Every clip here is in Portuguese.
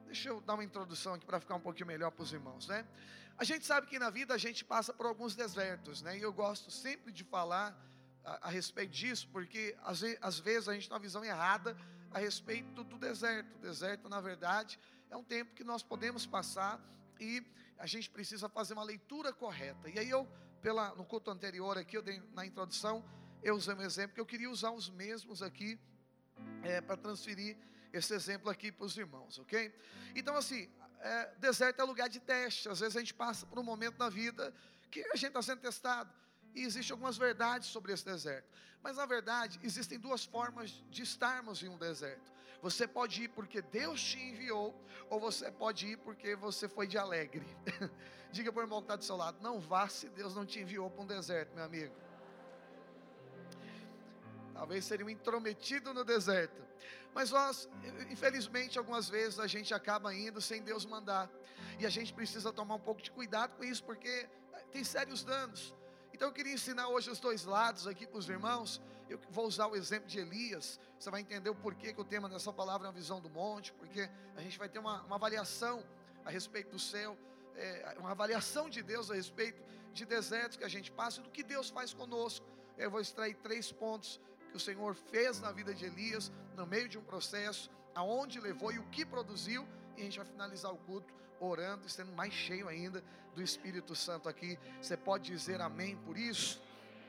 Deixa eu dar uma introdução aqui para ficar um pouquinho melhor para os irmãos, né? A gente sabe que na vida a gente passa por alguns desertos, né? E eu gosto sempre de falar a respeito disso, porque às vezes a gente tem uma visão errada a respeito do deserto. O deserto, na verdade, é um tempo que nós podemos passar e a gente precisa fazer uma leitura correta. E aí no culto anterior aqui, eu dei na introdução, eu usei um exemplo que eu queria usar os mesmos aqui para transferir esse exemplo aqui para os irmãos, ok? Então assim, deserto é lugar de teste. Às vezes a gente passa por um momento na vida que a gente está sendo testado, e existem algumas verdades sobre esse deserto. Mas na verdade, existem duas formas de estarmos em um deserto. Você pode ir porque Deus te enviou, ou você pode ir porque você foi de alegre. Diga para o irmão que está do seu lado: não vá se Deus não te enviou para um deserto, meu amigo. Talvez seria um intrometido no deserto. Mas nós, infelizmente, algumas vezes a gente acaba indo sem Deus mandar. E a gente precisa tomar um pouco de cuidado com isso, porque tem sérios danos. Então eu queria ensinar hoje os dois lados aqui para os irmãos. Eu vou usar o exemplo de Elias. Você vai entender o porquê que o tema dessa palavra é a visão do monte. Porque a gente vai ter uma avaliação a respeito do céu, uma avaliação de Deus a respeito de desertos que a gente passa e do que Deus faz conosco. Eu vou extrair 3 pontos que o Senhor fez na vida de Elias, no meio de um processo, aonde levou e o que produziu. E a gente vai finalizar o culto orando e sendo mais cheio ainda do Espírito Santo aqui. Você pode dizer amém por isso?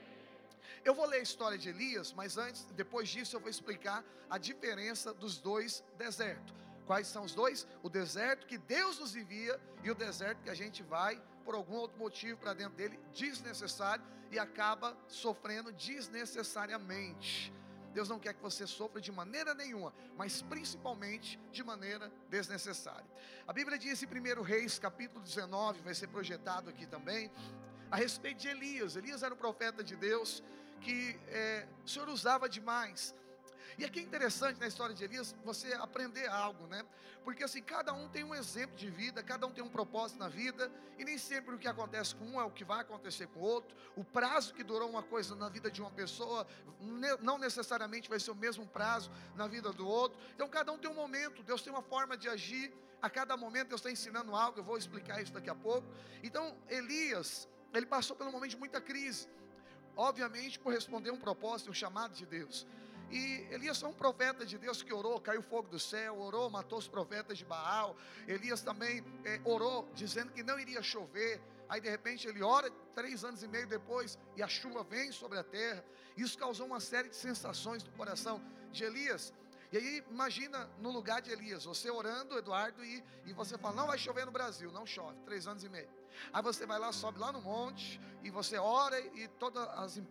Eu vou ler a história de Elias, mas depois disso eu vou explicar a diferença dos dois desertos. Quais são os dois? O deserto que Deus nos envia e o deserto que a gente vai por algum outro motivo para dentro dele, desnecessário, e acaba sofrendo desnecessariamente. Deus não quer que você sofra de maneira nenhuma, mas principalmente de maneira desnecessária. A Bíblia diz em 1 Reis, capítulo 19, vai ser projetado aqui também, a respeito de Elias. Elias era um profeta de Deus que o Senhor usava demais. E aqui é interessante na história de Elias você aprender algo, né? Porque assim, cada um tem um exemplo de vida, cada um tem um propósito na vida, e nem sempre o que acontece com um é o que vai acontecer com o outro. O prazo que durou uma coisa na vida de uma pessoa não necessariamente vai ser o mesmo prazo na vida do outro. Então cada um tem um momento, Deus tem uma forma de agir. A cada momento Deus está ensinando algo, eu vou explicar isso daqui a pouco. Então Elias, ele passou por um momento de muita crise, obviamente por responder um propósito, um chamado de Deus. E Elias foi um profeta de Deus que orou, caiu fogo do céu, orou, matou os profetas de Baal. Elias também orou, dizendo que não iria chover. Aí de repente ele ora 3 anos e meio depois, e a chuva vem sobre a terra. Isso causou uma série de sensações no coração de Elias. E aí imagina no lugar de Elias, você orando, Eduardo, e você fala: não vai chover no Brasil. Não chove, 3 anos e meio. Aí você vai lá, sobe lá no monte, e você ora, e todas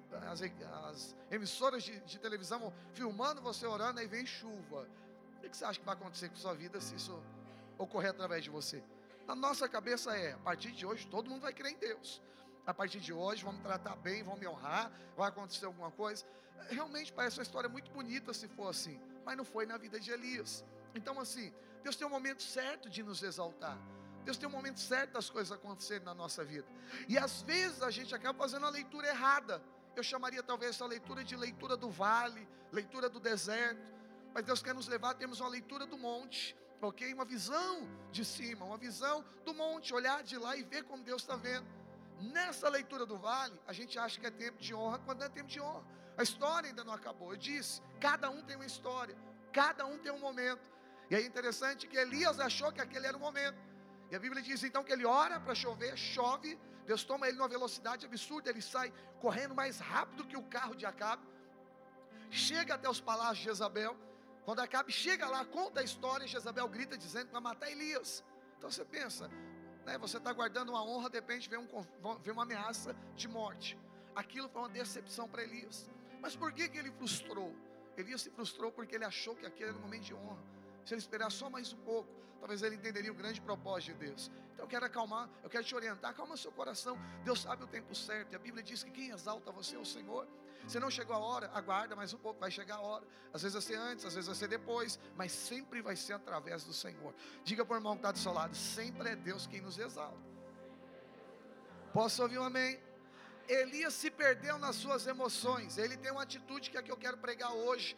as emissoras de televisão vão filmando você orando, aí vem chuva. O que você acha que vai acontecer com a sua vida se isso ocorrer através de você? Na nossa cabeça a partir de hoje todo mundo vai crer em Deus. A partir de hoje vamos tratar bem, vamos me honrar, vai acontecer alguma coisa. Realmente parece uma história muito bonita se for assim, mas não foi na vida de Elias. Então assim, Deus tem um momento certo de nos exaltar. Deus tem um momento certo das coisas acontecerem na nossa vida. E às vezes a gente acaba fazendo a leitura errada. Eu chamaria talvez essa leitura de leitura do vale, leitura do deserto. Mas Deus quer nos levar, temos uma leitura do monte, ok? Uma visão de cima, uma visão do monte, olhar de lá e ver como Deus está vendo. Nessa leitura do vale, a gente acha que é tempo de honra, quando não é tempo de honra. A história ainda não acabou. Eu disse, cada um tem uma história, cada um tem um momento. E é interessante que Elias achou que aquele era o momento. E a Bíblia diz então que ele ora para chover, chove, Deus toma ele numa velocidade absurda, ele sai correndo mais rápido que o carro de Acabe, chega até os palácios de Jezabel. Quando Acabe chega lá, conta a história, Jezabel grita dizendo que vai matar Elias. Então você pensa, né, você está guardando uma honra, de repente vem uma ameaça de morte. Aquilo foi uma decepção para Elias. Mas por que ele frustrou? Elias se frustrou porque ele achou que aquele era um momento de honra. Se ele esperar só mais um pouco, talvez ele entenderia o grande propósito de Deus. Então eu quero acalmar, eu quero te orientar, acalma seu coração. Deus sabe o tempo certo, e a Bíblia diz que quem exalta você é o Senhor. Se não chegou a hora, aguarda mais um pouco, vai chegar a hora. Às vezes vai ser antes, às vezes vai ser depois, mas sempre vai ser através do Senhor. Diga para o irmão que está do seu lado: sempre é Deus quem nos exalta. Posso ouvir um amém? Elias se perdeu nas suas emoções. Ele tem uma atitude que é a que eu quero pregar hoje.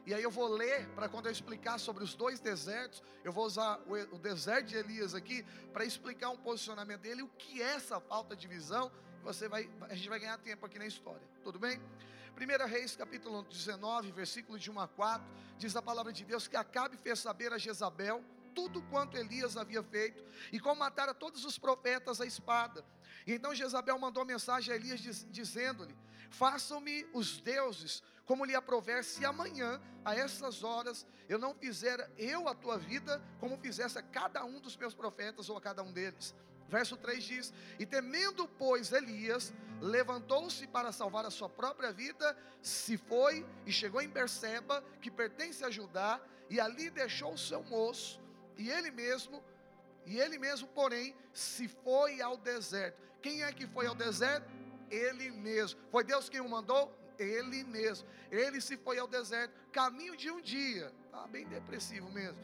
E aí eu vou ler, para quando eu explicar sobre os dois desertos, eu vou usar o deserto de Elias aqui, para explicar um posicionamento dele, o que é essa falta de visão. A gente vai ganhar tempo aqui na história, tudo bem? 1 Reis capítulo 19, versículo de 1 a 4, diz a palavra de Deus que Acabe fez saber a Jezabel tudo quanto Elias havia feito, e como matara todos os profetas à espada. E então Jezabel mandou mensagem a Elias dizendo-lhe: façam-me os deuses como lhe aprouver, se amanhã, a essas horas, eu não fizer a tua vida, como fizesse a cada um dos meus profetas, ou a cada um deles. Verso 3 diz: e temendo, pois, Elias, levantou-se para salvar a sua própria vida, se foi e chegou em Berseba, que pertence a Judá, e ali deixou o seu moço, e ele mesmo, porém, se foi ao deserto. Quem é que foi ao deserto? Ele mesmo. Foi Deus quem o mandou? Ele mesmo. Ele se foi ao deserto, caminho de um dia. Está bem depressivo mesmo.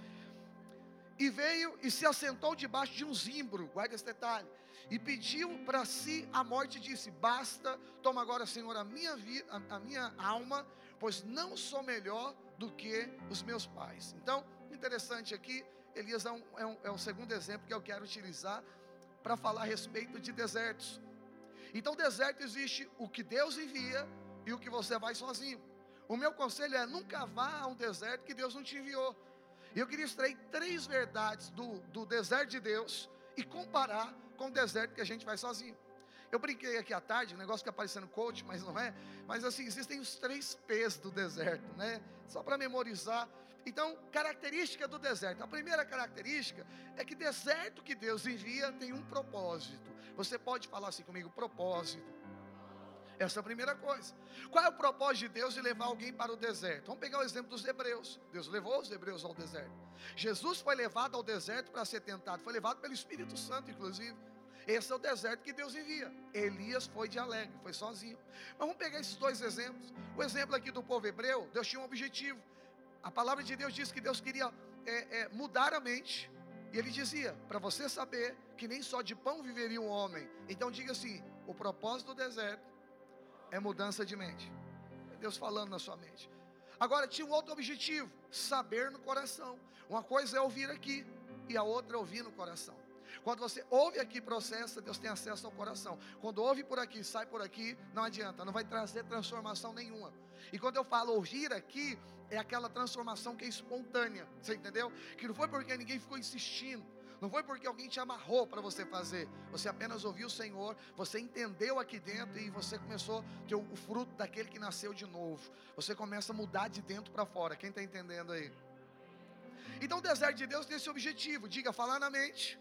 E veio e se assentou debaixo de um zimbro, guarda esse detalhe, e pediu para si a morte, e disse: basta, toma agora, Senhor, a minha vida, a minha alma, pois não sou melhor do que os meus pais. Então, interessante aqui, Elias é um segundo exemplo que eu quero utilizar para falar a respeito de desertos. Então, deserto existe o que Deus envia e o que você vai sozinho. O meu conselho é: nunca vá a um deserto que Deus não te enviou. E eu queria extrair 3 verdades do deserto de Deus e comparar com o deserto que a gente vai sozinho. Eu brinquei aqui à tarde, um negócio que é parecendo coach, mas não é. Mas assim, existem os 3 P's do deserto, né? Só para memorizar. Então, característica do deserto. A primeira característica é que deserto que Deus envia tem um propósito. Você pode falar assim comigo: propósito. Essa é a primeira coisa. Qual é o propósito de Deus de levar alguém para o deserto? Vamos pegar o exemplo dos hebreus. Deus levou os hebreus ao deserto. Jesus foi levado ao deserto para ser tentado. Foi levado pelo Espírito Santo, inclusive. Esse é o deserto que Deus envia. Elias foi de alegre, foi sozinho. Mas vamos pegar esses 2 exemplos. O exemplo aqui do povo hebreu, Deus tinha um objetivo. A palavra de Deus diz que Deus queria mudar a mente. E Ele dizia: para você saber que nem só de pão viveria um homem. Então diga assim: o propósito do deserto é mudança de mente. É Deus falando na sua mente. Agora tinha um outro objetivo: saber no coração. Uma coisa é ouvir aqui, e a outra é ouvir no coração. Quando você ouve aqui e processa, Deus tem acesso ao coração. Quando ouve por aqui, sai por aqui, não adianta, não vai trazer transformação nenhuma. E quando eu falo ouvir aqui, é aquela transformação que é espontânea. Você entendeu? Que não foi porque ninguém ficou insistindo, não foi porque alguém te amarrou para você fazer. Você apenas ouviu o Senhor, você entendeu aqui dentro e você começou a ter o fruto daquele que nasceu de novo. Você começa a mudar de dentro para fora. Quem está entendendo aí? Então o deserto de Deus tem esse objetivo. Diga: falar na mente,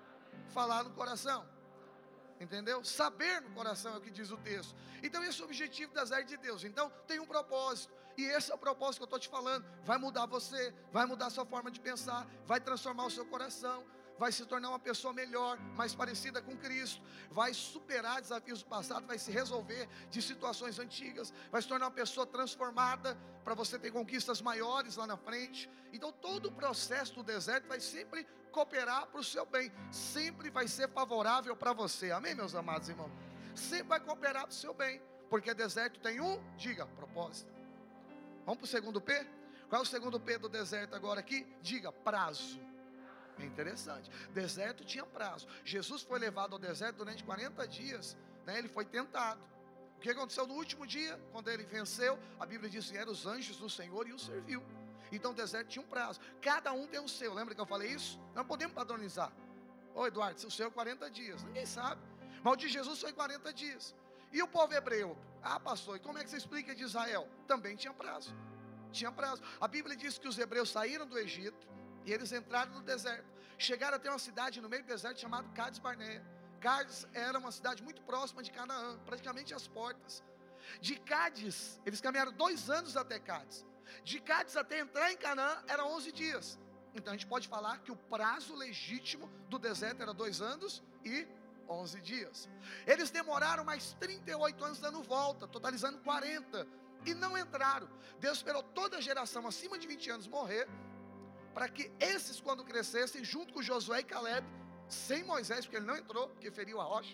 falar no coração. Entendeu? Saber no coração é o que diz o texto. Então esse é o objetivo do deserto de Deus. Então tem um propósito. E esse é o propósito que eu estou te falando. Vai mudar você, vai mudar a sua forma de pensar, vai transformar o seu coração, vai se tornar uma pessoa melhor, mais parecida com Cristo, vai superar desafios do passado, vai se resolver de situações antigas, vai se tornar uma pessoa transformada, para você ter conquistas maiores lá na frente. Então todo o processo do deserto vai sempre cooperar para o seu bem, sempre vai ser favorável para você, amém, meus amados irmãos? Sempre vai cooperar para o seu bem, porque deserto tem diga, propósito. Vamos para o segundo P? Qual é o segundo P do deserto agora aqui? Diga, prazo. É interessante, deserto tinha prazo. Jesus foi levado ao deserto durante 40 dias, né? Ele foi tentado. O que aconteceu no último dia? Quando ele venceu, a Bíblia diz que eram os anjos do Senhor e o serviu. Então o deserto tinha um prazo, cada um tem o seu. Lembra que eu falei isso? Não podemos padronizar. Ô Eduardo, se o seu é 40 dias, ninguém sabe. Mas o de Jesus foi 40 dias. E o povo hebreu? Pastor, e como é que você explica de Israel? Também tinha prazo. Tinha prazo. A Bíblia diz que os hebreus saíram do Egito e eles entraram no deserto. Chegaram até uma cidade no meio do deserto chamada Cades Barneia. Cades era uma cidade muito próxima de Canaã, praticamente às portas. De Cades, eles caminharam 2 anos até Cades. De Cades até entrar em Canaã eram 11 dias. Então a gente pode falar que o prazo legítimo do deserto era 2 anos e 11 dias. Eles demoraram mais 38 anos dando volta, totalizando 40. E não entraram. Deus esperou toda a geração acima de 20 anos morrer, para que esses, quando crescessem, junto com Josué e Caleb, sem Moisés, porque ele não entrou, porque feriu a rocha,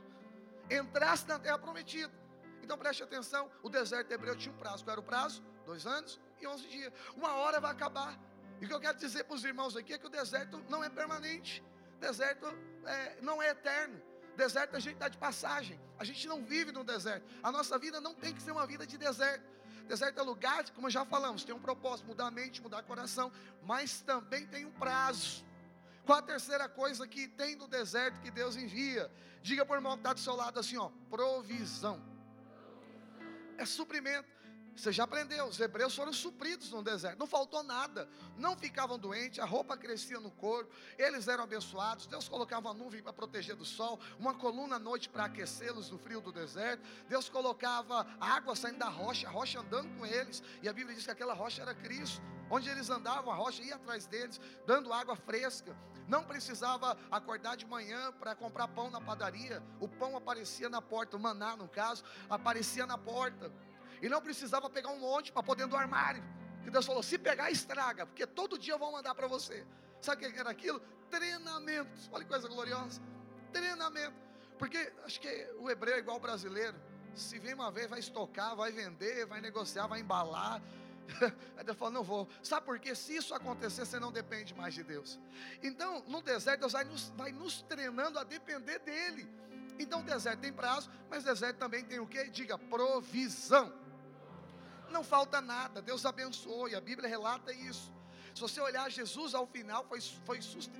entrasse na terra prometida. Então preste atenção, o deserto hebreu tinha um prazo. Qual era o prazo? 2 anos em 11 dias. Uma hora vai acabar. E o que eu quero dizer para os irmãos aqui é que o deserto não é permanente. Deserto não é eterno. Deserto a gente está de passagem. A gente não vive no deserto. A nossa vida não tem que ser uma vida de deserto. Deserto é lugar, como já falamos, tem um propósito, mudar a mente, mudar o coração, mas também tem um prazo. Qual a terceira coisa que tem no deserto que Deus envia? Diga para o irmão que está do seu lado assim, ó, provisão. É suprimento. Você já aprendeu, os hebreus foram supridos no deserto, não faltou nada, não ficavam doentes, a roupa crescia no corpo, eles eram abençoados, Deus colocava uma nuvem para proteger do sol, uma coluna à noite para aquecê-los do frio do deserto, Deus colocava água saindo da rocha, a rocha andando com eles, e a Bíblia diz que aquela rocha era Cristo, onde eles andavam, a rocha ia atrás deles, dando água fresca, não precisava acordar de manhã para comprar pão na padaria, o pão aparecia na porta, o maná no caso, aparecia na porta, e não precisava pegar um monte para pôr dentro do armário. Que Deus falou, se pegar estraga, porque todo dia eu vou mandar para você. Sabe o que era aquilo? Treinamento. Olha que coisa gloriosa. Treinamento. Porque acho que o hebreu é igual ao brasileiro. Se vem uma vez, vai estocar, vai vender, vai negociar, vai embalar. Aí Deus falou, não vou. Sabe por quê? Se isso acontecer, você não depende mais de Deus. Então, no deserto, Deus vai nos treinando a depender dEle. Então o deserto tem prazo, mas o deserto também tem o quê? Diga, provisão. Não falta nada, Deus abençoou, e a Bíblia relata isso. Se você olhar, Jesus ao final foi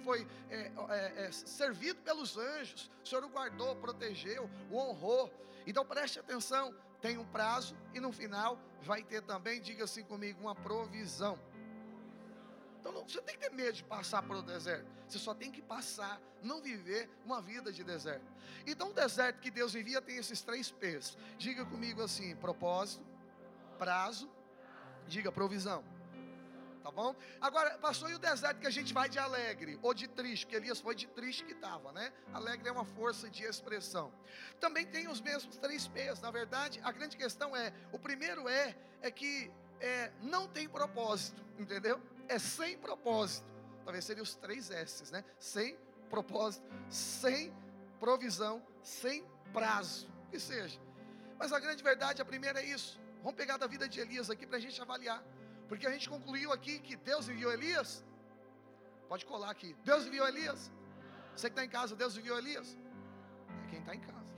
servido pelos anjos. O Senhor o guardou, protegeu, o honrou. Então preste atenção, tem um prazo, e no final vai ter também, diga assim comigo, uma provisão. Então você não tem que ter medo de passar pelo deserto. Você só tem que passar, não viver uma vida de deserto. Então o deserto que Deus envia tem esses 3 P's. Diga comigo assim, propósito, prazo, diga provisão. Tá bom? Agora, passou e o deserto que a gente vai de alegre ou de triste, porque Elias foi de triste que estava, né? Alegre é uma força de expressão. Também tem os mesmos 3 P's. Na verdade, a grande questão o primeiro é que não tem propósito, entendeu? É sem propósito. Talvez seriam os 3 S's, né? Sem propósito, sem provisão, sem prazo, que seja. Mas a grande verdade, a primeira é isso. Vamos pegar da vida de Elias aqui para a gente avaliar. Porque a gente concluiu aqui que Deus enviou Elias. Pode colar aqui. Deus enviou Elias. Você que está em casa, Deus enviou Elias? É quem está em casa.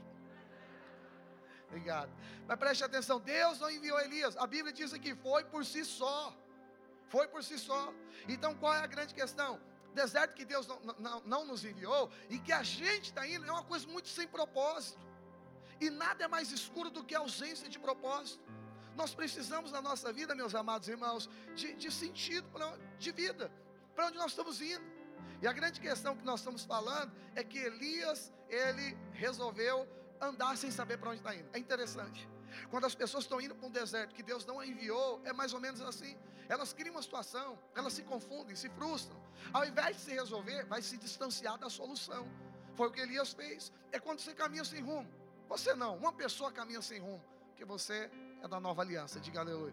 Obrigado. Mas preste atenção, Deus não enviou Elias. A Bíblia diz aqui, foi por si só. Foi por si só. Então qual é a grande questão? Deserto que Deus não nos enviou e que a gente está indo é uma coisa muito sem propósito. E nada é mais escuro do que a ausência de propósito. Nós precisamos na nossa vida, meus amados irmãos, de sentido, de vida, para onde nós estamos indo. E a grande questão que nós estamos falando é que Elias, ele resolveu andar sem saber para onde está indo. É interessante. Quando as pessoas estão indo para um deserto que Deus não a enviou, é mais ou menos assim. Elas criam uma situação, elas se confundem, se frustram. Ao invés de se resolver, vai se distanciar da solução. Foi o que Elias fez. É quando você caminha sem rumo. Você não, uma pessoa caminha sem rumo, porque você é da nova aliança, diga aleluia.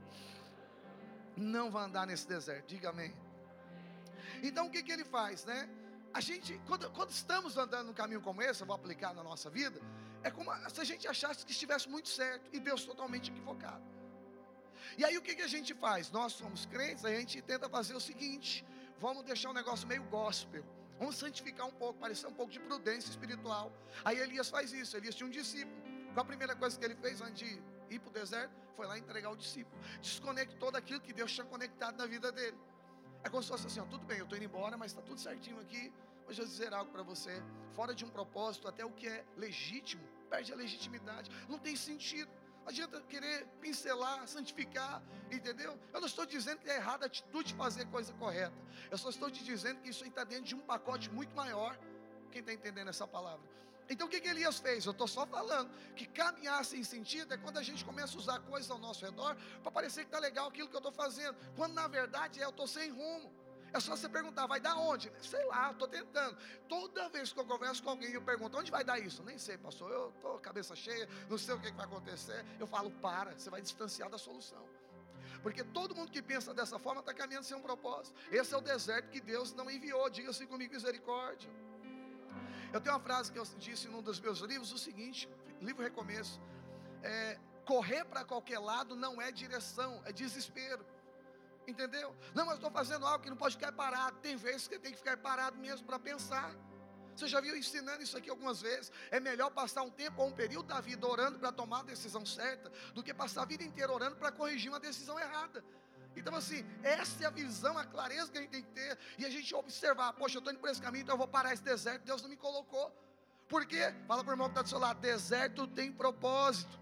Não vai andar nesse deserto, diga amém. Então o que ele faz, né? A gente, quando estamos andando num caminho como esse, eu vou aplicar na nossa vida, é como se a gente achasse que estivesse muito certo e Deus totalmente equivocado. E aí o que a gente faz? Nós somos crentes, a gente tenta fazer o seguinte: vamos deixar um negócio meio gospel, vamos santificar um pouco, parecer um pouco de prudência espiritual. Aí Elias faz isso. Elias tinha um discípulo. Qual a primeira coisa que ele fez antes de ir para o deserto? Foi lá entregar o discípulo. Desconectou daquilo que Deus tinha conectado na vida dele. É como se fosse assim, ó, tudo bem, eu estou indo embora, mas está tudo certinho aqui. Hoje eu vou dizer algo para você. Fora de um propósito, até o que é legítimo perde a legitimidade. Não tem sentido. Não adianta querer pincelar, santificar, entendeu? Eu não estou dizendo que é errada a atitude de fazer coisa correta. Eu só estou te dizendo que isso aí está dentro de um pacote muito maior. Quem está entendendo essa palavra? Então o que Elias fez? Eu estou só falando que caminhar sem sentido é quando a gente começa a usar coisas ao nosso redor para parecer que está legal aquilo que eu estou fazendo, quando na verdade eu estou sem rumo. É só você perguntar, vai dar onde? Sei lá, estou tentando. Toda vez que eu converso com alguém, eu pergunto, onde vai dar isso? Nem sei, pastor, eu estou cabeça cheia, não sei o que vai acontecer. Eu falo, você vai distanciar da solução. Porque todo mundo que pensa dessa forma está caminhando sem um propósito. Esse é o deserto que Deus não enviou. Diga-se comigo, misericórdia. Eu tenho uma frase que eu disse num dos meus livros, o seguinte, livro Recomeço: correr para qualquer lado não é direção, é desespero. Entendeu? Não, mas estou fazendo algo que não pode ficar parado. Tem vezes que tem que ficar parado mesmo para pensar. Você já viu ensinando isso aqui algumas vezes? É melhor passar um tempo ou um período da vida orando para tomar a decisão certa, do que passar a vida inteira orando para corrigir uma decisão errada. Então assim, essa é a visão, a clareza que a gente tem que ter. E a gente observar, poxa, eu estou indo por esse caminho, então eu vou parar esse deserto, Deus não me colocou. Por quê? Fala para o irmão que está do seu lado, deserto tem propósito.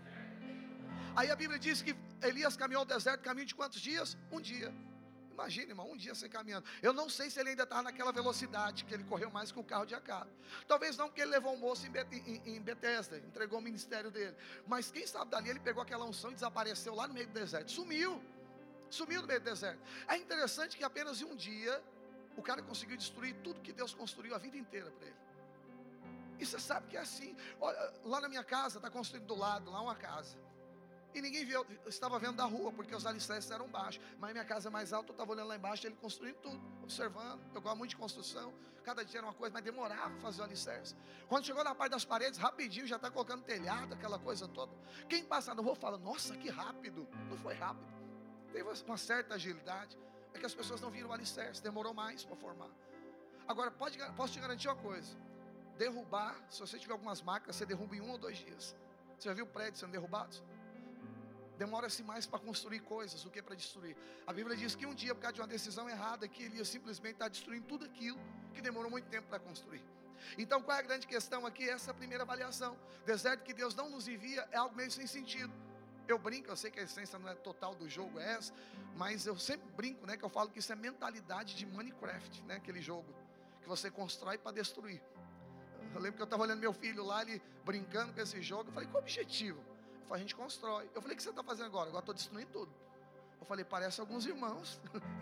Aí a Bíblia diz que Elias caminhou ao deserto, caminho de quantos dias? Um dia. Imagina, irmão, um dia você caminhando. Eu não sei se ele ainda estava naquela velocidade, que ele correu mais que o carro de Acabe. Talvez não, porque ele levou um moço em Betesda, entregou o ministério dele. Mas quem sabe dali ele pegou aquela unção e desapareceu lá no meio do deserto. Sumiu no meio do deserto. É interessante que apenas em um dia, o cara conseguiu destruir tudo que Deus construiu a vida inteira para ele. E você sabe que é assim. Olha, lá na minha casa, está construindo do lado, lá uma casa. E ninguém viu, eu estava vendo da rua, porque os alicerces eram baixos. Mas minha casa é mais alta, eu estava olhando lá embaixo, ele construindo tudo, observando. Eu gosto muito de construção, cada dia era uma coisa, mas demorava fazer o alicerce. Quando chegou na parte das paredes, rapidinho, já está colocando telhado, aquela coisa toda. Quem passa na rua fala, nossa, que rápido. Não foi rápido, teve uma certa agilidade. É que as pessoas não viram o alicerce, demorou mais para formar. Agora, posso te garantir uma coisa. Derrubar, se você tiver algumas máquinas, você derruba em 1 ou 2 dias. Você já viu prédios sendo derrubados? Demora-se mais para construir coisas do que para destruir. A Bíblia diz que um dia, por causa de uma decisão errada, que Elias simplesmente está destruindo tudo aquilo que demorou muito tempo para construir. Então qual é a grande questão aqui? Essa é a primeira avaliação. Deserto que Deus não nos envia é algo meio sem sentido. Eu brinco, eu sei que a essência não é total do jogo, é essa, mas eu sempre brinco, né, que eu falo que isso é mentalidade de Minecraft, né, aquele jogo que você constrói para destruir. Eu lembro que eu estava olhando meu filho lá, ele brincando com esse jogo, eu falei, qual o objetivo? A gente constrói. Eu falei, o que você está fazendo agora? Agora estou destruindo tudo. Eu falei, parece alguns irmãos.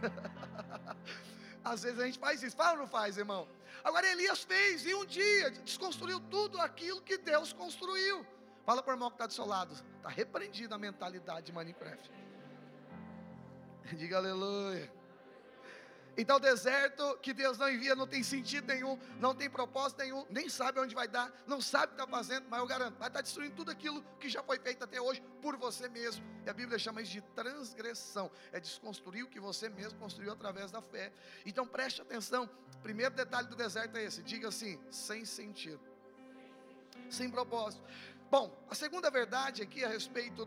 Às vezes a gente faz isso. Fala ou não faz, irmão? Agora Elias fez, e um dia desconstruiu tudo aquilo que Deus construiu. Fala para o irmão que está do seu lado. Está repreendida a mentalidade de Minecraft. Diga aleluia. Então o deserto que Deus não envia não tem sentido nenhum, não tem propósito nenhum, nem sabe onde vai dar, não sabe o que está fazendo, mas eu garanto, vai estar destruindo tudo aquilo que já foi feito até hoje por você mesmo. E a Bíblia chama isso de transgressão, é desconstruir o que você mesmo construiu através da fé. Então preste atenção, o primeiro detalhe do deserto é esse, diga assim, sem sentido, sem propósito. Bom, a segunda verdade aqui a respeito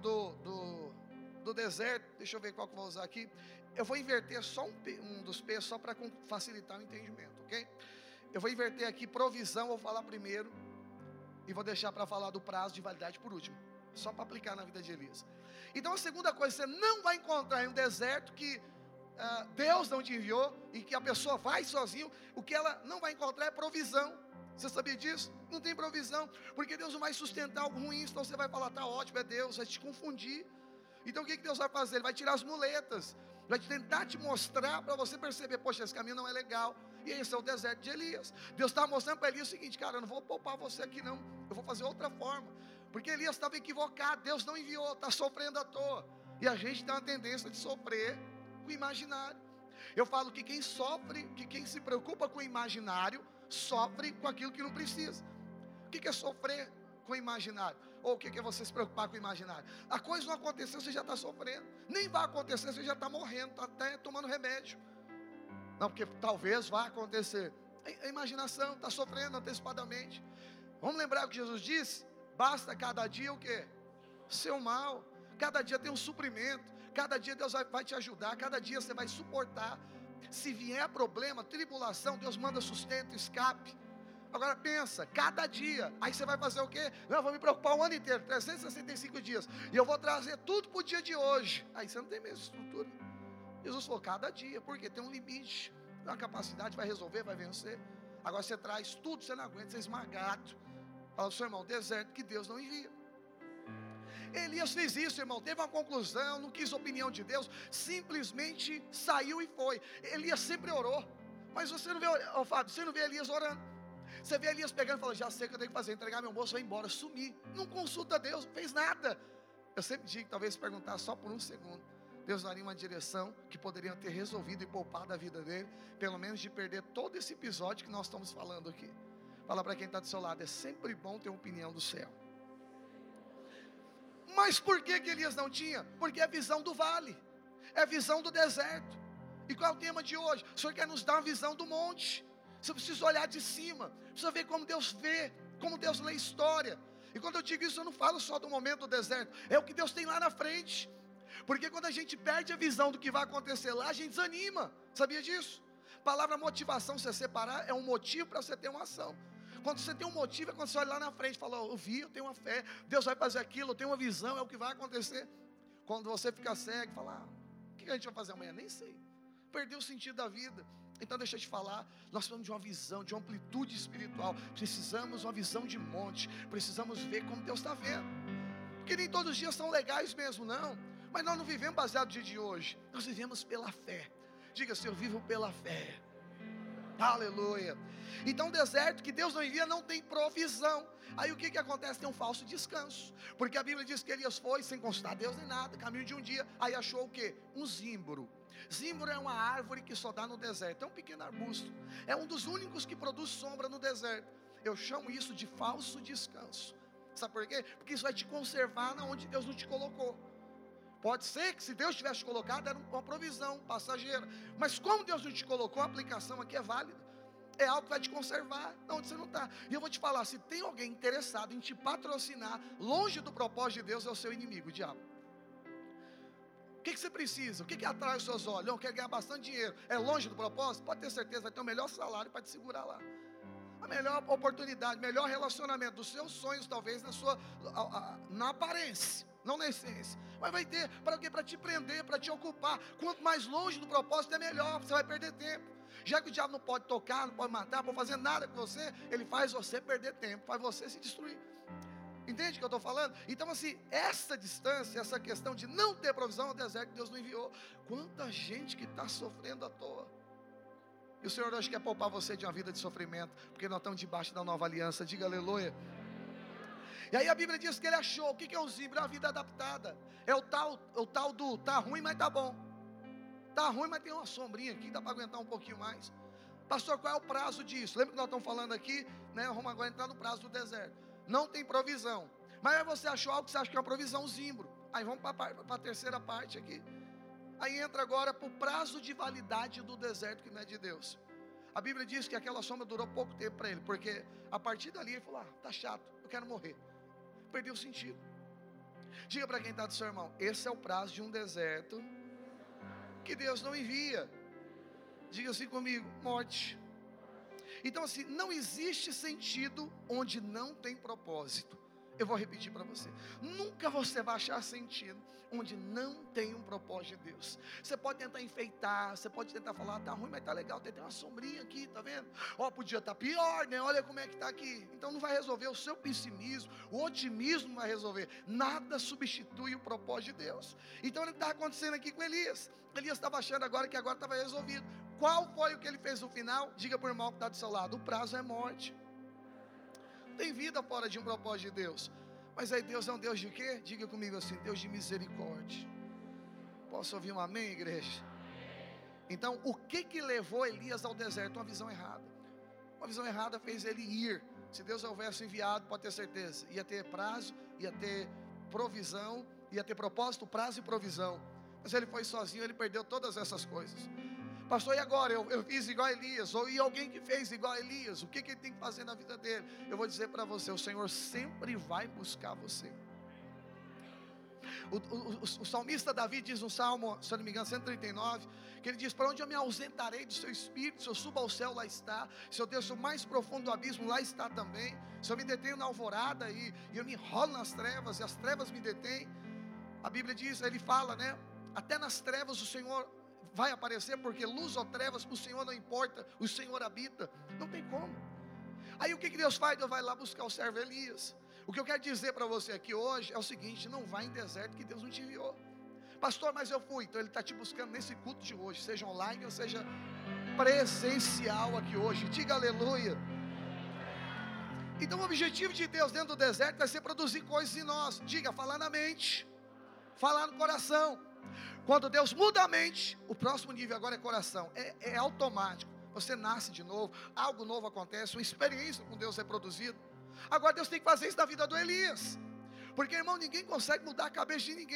do deserto, deixa eu ver qual que eu vou usar aqui. Eu vou inverter só um dos P's, só para facilitar o entendimento, ok? Eu vou inverter aqui provisão, vou falar primeiro, e vou deixar para falar do prazo de validade por último, só para aplicar na vida de Elias. Então a segunda coisa, você não vai encontrar em um deserto que Deus não te enviou, e que a pessoa vai sozinho, o que ela não vai encontrar é provisão. Você sabia disso? Não tem provisão, porque Deus não vai sustentar algo ruim, senão você vai falar, tá ótimo, é Deus, vai te confundir. Então o que Deus vai fazer? Ele vai tirar as muletas, vai tentar te mostrar para você perceber, poxa, esse caminho não é legal. E esse é o deserto de Elias. Deus estava mostrando para Elias o seguinte, cara, eu não vou poupar você aqui não, eu vou fazer outra forma. Porque Elias estava equivocado, Deus não enviou, está sofrendo à toa. E a gente tem uma tendência de sofrer com o imaginário. Eu falo que quem sofre, que quem se preocupa com o imaginário, sofre com aquilo que não precisa. O que é sofrer com o imaginário? Ou o que é você se preocupar com o imaginário? A coisa não aconteceu, você já está sofrendo. Nem vai acontecer, você já está morrendo, está até tomando remédio. Não, porque talvez vá acontecer. A imaginação está sofrendo antecipadamente. Vamos lembrar o que Jesus disse? Basta cada dia o quê? Seu mal. Cada dia tem um suprimento. Cada dia Deus vai te ajudar. Cada dia você vai suportar. Se vier problema, tribulação, Deus manda sustento, escape. Agora pensa, cada dia, aí você vai fazer o quê? Não, eu vou me preocupar o ano inteiro, 365 dias, e eu vou trazer tudo para o dia de hoje. Aí você não tem mesmo estrutura. Jesus falou, cada dia, porque tem um limite, tem uma capacidade, vai resolver, vai vencer. Agora você traz tudo, você não aguenta, você é esmagado. Fala para o seu irmão, deserto que Deus não envia. Elias fez isso, irmão, teve uma conclusão, não quis opinião de Deus, simplesmente saiu e foi. Elias sempre orou, mas você não vê, Fábio, você não vê Elias orando. Você vê Elias pegando e falando, já sei o que eu tenho que fazer, entregar meu moço, vai embora, sumir. Não consulta Deus, não fez nada. Eu sempre digo, talvez se perguntar só por um segundo, Deus daria uma direção que poderia ter resolvido e poupado a vida dele, pelo menos de perder todo esse episódio que nós estamos falando aqui. Fala para quem está do seu lado, é sempre bom ter uma opinião do céu. Mas por que Elias não tinha? Porque é a visão do vale. É visão do deserto. E qual é o tema de hoje? O Senhor quer nos dar uma visão do monte. Você precisa olhar de cima, precisa ver como Deus vê, como Deus lê história. E quando eu digo isso, eu não falo só do momento do deserto, é o que Deus tem lá na frente. Porque quando a gente perde a visão do que vai acontecer lá, a gente desanima. Sabia disso? A palavra motivação, se você separar, é um motivo para você ter uma ação. Quando você tem um motivo, é quando você olha lá na frente e fala, eu vi, eu tenho uma fé, Deus vai fazer aquilo, eu tenho uma visão, é o que vai acontecer. Quando você fica cego e fala, o que a gente vai fazer amanhã? Nem sei. Perdeu o sentido da vida. Então deixa eu te falar, nós precisamos de uma visão, de uma amplitude espiritual. Precisamos de uma visão de monte. Precisamos ver como Deus está vendo. Porque nem todos os dias são legais mesmo, não. Mas nós não vivemos baseado no dia de hoje. Nós vivemos pela fé. Diga assim, eu vivo pela fé. Aleluia. Então o deserto que Deus não envia não tem provisão. Aí o que acontece? Tem um falso descanso. Porque a Bíblia diz que Elias foi sem consultar Deus nem nada, caminho de um dia. Aí achou o quê? Um zimbro. Zimbro é uma árvore que só dá no deserto. É um pequeno arbusto. É um dos únicos que produz sombra no deserto. Eu chamo isso de falso descanso. Sabe por quê? Porque isso vai te conservar onde Deus não te colocou. Pode ser que se Deus tivesse te colocado, era uma provisão passageira. Mas como Deus não te colocou, a aplicação aqui é válida. É algo que vai te conservar onde você não está. E eu vou te falar, se tem alguém interessado em te patrocinar, longe do propósito de Deus, é o seu inimigo, o diabo. O que você precisa? O que atrai os seus olhos? Não, quer ganhar bastante dinheiro. É longe do propósito? Pode ter certeza, vai ter o melhor salário para te segurar lá. A melhor oportunidade, melhor relacionamento dos seus sonhos, talvez na aparência, não na essência. Mas vai ter, para quê? Para te prender, para te ocupar. Quanto mais longe do propósito é melhor, você vai perder tempo. Já que o diabo não pode tocar, não pode matar, não pode fazer nada com você, ele faz você perder tempo, faz você se destruir. Entende o que eu estou falando? Então assim, essa distância, essa questão de não ter provisão no deserto que Deus não enviou. Quanta gente que está sofrendo à toa. E o Senhor hoje quer poupar você de uma vida de sofrimento, porque nós estamos debaixo da nova aliança. Diga aleluia. E aí a Bíblia diz que ele achou, o que é o zimbro? É a vida adaptada. É o tal do tá ruim, mas tá bom. Tá ruim, mas tem uma sombrinha aqui, dá para aguentar um pouquinho mais. Pastor, qual é o prazo disso? Lembra que nós estamos falando aqui, né? Vamos agora entrar no prazo do deserto. Não tem provisão. Mas aí você achou algo que você acha que é uma provisão, zimbro. Aí vamos para a terceira parte aqui. Aí entra agora para o prazo de validade do deserto que não é de Deus. A Bíblia diz que aquela sombra durou pouco tempo para ele, porque a partir dali ele falou, tá chato, eu quero morrer. Perdeu o sentido. Diga para quem está do seu irmão, esse é o prazo de um deserto que Deus não envia. Diga assim comigo, morte. Então assim, não existe sentido onde não tem propósito. Eu vou repetir para você. Nunca você vai achar sentido onde não tem um propósito de Deus. Você pode tentar enfeitar, você pode tentar falar, tá ruim, mas tá legal, tem uma sombrinha aqui, tá vendo? Ó, podia estar pior, né? Olha como é que tá aqui. Então não vai resolver o seu pessimismo, o otimismo não vai resolver. Nada substitui o propósito de Deus. Então ele está acontecendo aqui com Elias. Elias estava achando agora que agora estava resolvido. Qual foi o que ele fez no final? Diga para o irmão que está do seu lado, o prazo é morte. Tem vida fora de um propósito de Deus. Mas aí Deus é um Deus de quê? Diga comigo assim, Deus de misericórdia. Posso ouvir um amém, igreja? Então, o que levou Elias ao deserto? Uma visão errada. Uma visão errada fez ele ir. Se Deus houvesse enviado, pode ter certeza, ia ter prazo, ia ter provisão, ia ter propósito, prazo e provisão. Mas ele foi sozinho, ele perdeu todas essas coisas. Pastor, e agora? Eu fiz igual a Elias, ou e alguém que fez igual a Elias, o que ele tem que fazer na vida dele? Eu vou dizer para você, o Senhor sempre vai buscar você. O salmista Davi diz no Salmo, se eu não me engano, 139, que ele diz, para onde eu me ausentarei do seu espírito? Se eu subo ao céu, lá está. Se eu desço o mais profundo do abismo, lá está também. Se eu me detenho na alvorada e eu me enrolo nas trevas, e as trevas me detêm. A Bíblia diz, ele fala, né? Até nas trevas o Senhor vai aparecer, porque luz ou trevas, o Senhor não importa, o Senhor habita, não tem como. Aí o que Deus faz? Deus vai lá buscar o servo Elias. O que eu quero dizer para você aqui hoje é o seguinte, não vai em deserto que Deus não te enviou. Pastor, mas eu fui, então Ele está te buscando nesse culto de hoje, seja online ou seja presencial aqui hoje, diga aleluia. Então o objetivo de Deus dentro do deserto vai ser produzir coisas em nós, diga, falar na mente, falar no coração. Quando Deus muda a mente, o próximo nível agora é coração, é automático, você nasce de novo, algo novo acontece, uma experiência com Deus é produzida. Agora Deus tem que fazer isso na vida do Elias, porque irmão, ninguém consegue mudar a cabeça de ninguém.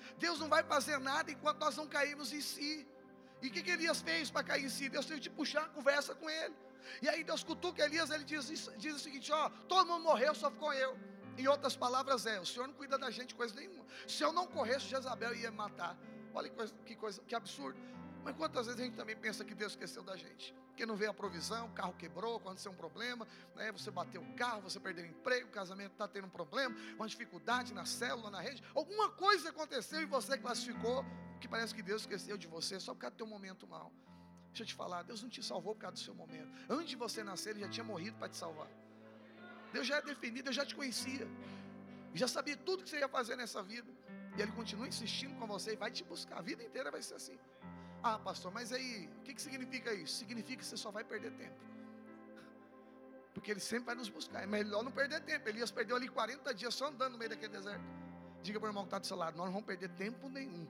Deus não vai fazer nada enquanto nós não cairmos em si. E o que Elias fez para cair em si? Deus teve que puxar a conversa com ele. E aí Deus cutuca Elias, ele diz o seguinte: ó, todo mundo morreu, só ficou eu. Em outras palavras o Senhor não cuida da gente coisa nenhuma. Se eu não corresse, Jezabel ia me matar. Olha que absurdo. Mas quantas vezes a gente também pensa que Deus esqueceu da gente? Que não veio a provisão, o carro quebrou, aconteceu um problema, né? Você bateu o carro, você perdeu o emprego, o casamento está tendo um problema, uma dificuldade na célula, na rede. Alguma coisa aconteceu e você classificou que parece que Deus esqueceu de você só por causa do teu momento mal. Deixa eu te falar, Deus não te salvou por causa do seu momento. Antes de você nascer, Ele já tinha morrido para te salvar. Deus já é definido, eu já te conhecia, já sabia tudo que você ia fazer nessa vida. E Ele continua insistindo com você e vai te buscar. A vida inteira vai ser assim. Ah, pastor, mas aí, o que significa isso? Significa que você só vai perder tempo. Porque Ele sempre vai nos buscar. É melhor não perder tempo. Elias perdeu ali 40 dias só andando no meio daquele deserto. Diga para o irmão que está do seu lado: nós não vamos perder tempo nenhum.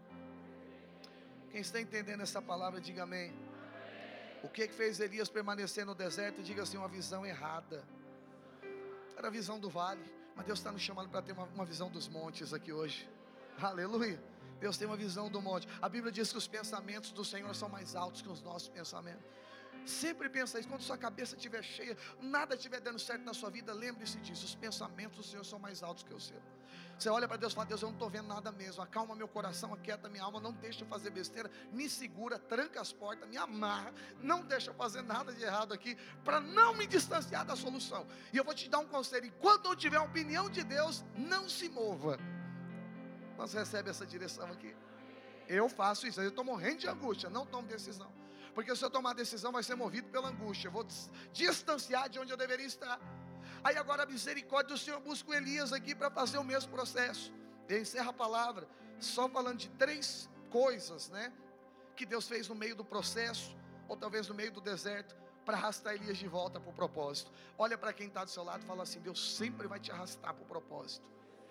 Quem está entendendo essa palavra, diga amém. O que fez Elias permanecer no deserto? Diga assim: uma visão errada. Era a visão do vale. Mas Deus está nos chamando para ter uma visão dos montes aqui hoje. Aleluia. Deus tem uma visão do monte. A Bíblia diz que os pensamentos do Senhor são mais altos que os nossos pensamentos. Sempre pensa isso. Quando sua cabeça estiver cheia, nada estiver dando certo na sua vida, lembre-se disso. Os pensamentos do Senhor são mais altos que o seu. Você olha para Deus e fala: Deus, eu não estou vendo nada mesmo. Acalma meu coração, aquieta minha alma, não deixa eu fazer besteira, me segura, tranca as portas, me amarra, não deixa eu fazer nada de errado aqui, para não me distanciar da solução. E eu vou te dar um conselho: enquanto não tiver a opinião de Deus, não se mova. Nós recebemos essa direção aqui. Eu faço isso, eu estou morrendo de angústia, não tomo decisão. Porque se eu tomar decisão, vai ser movido pela angústia. Eu vou distanciar de onde eu deveria estar. Aí agora a misericórdia do Senhor busca o Elias aqui para fazer o mesmo processo. Ele encerra a palavra só falando de 3 coisas, né, que Deus fez no meio do processo, ou talvez no meio do deserto, para arrastar Elias de volta para o propósito. Olha para quem está do seu lado e fala assim: Deus sempre vai te arrastar para o propósito.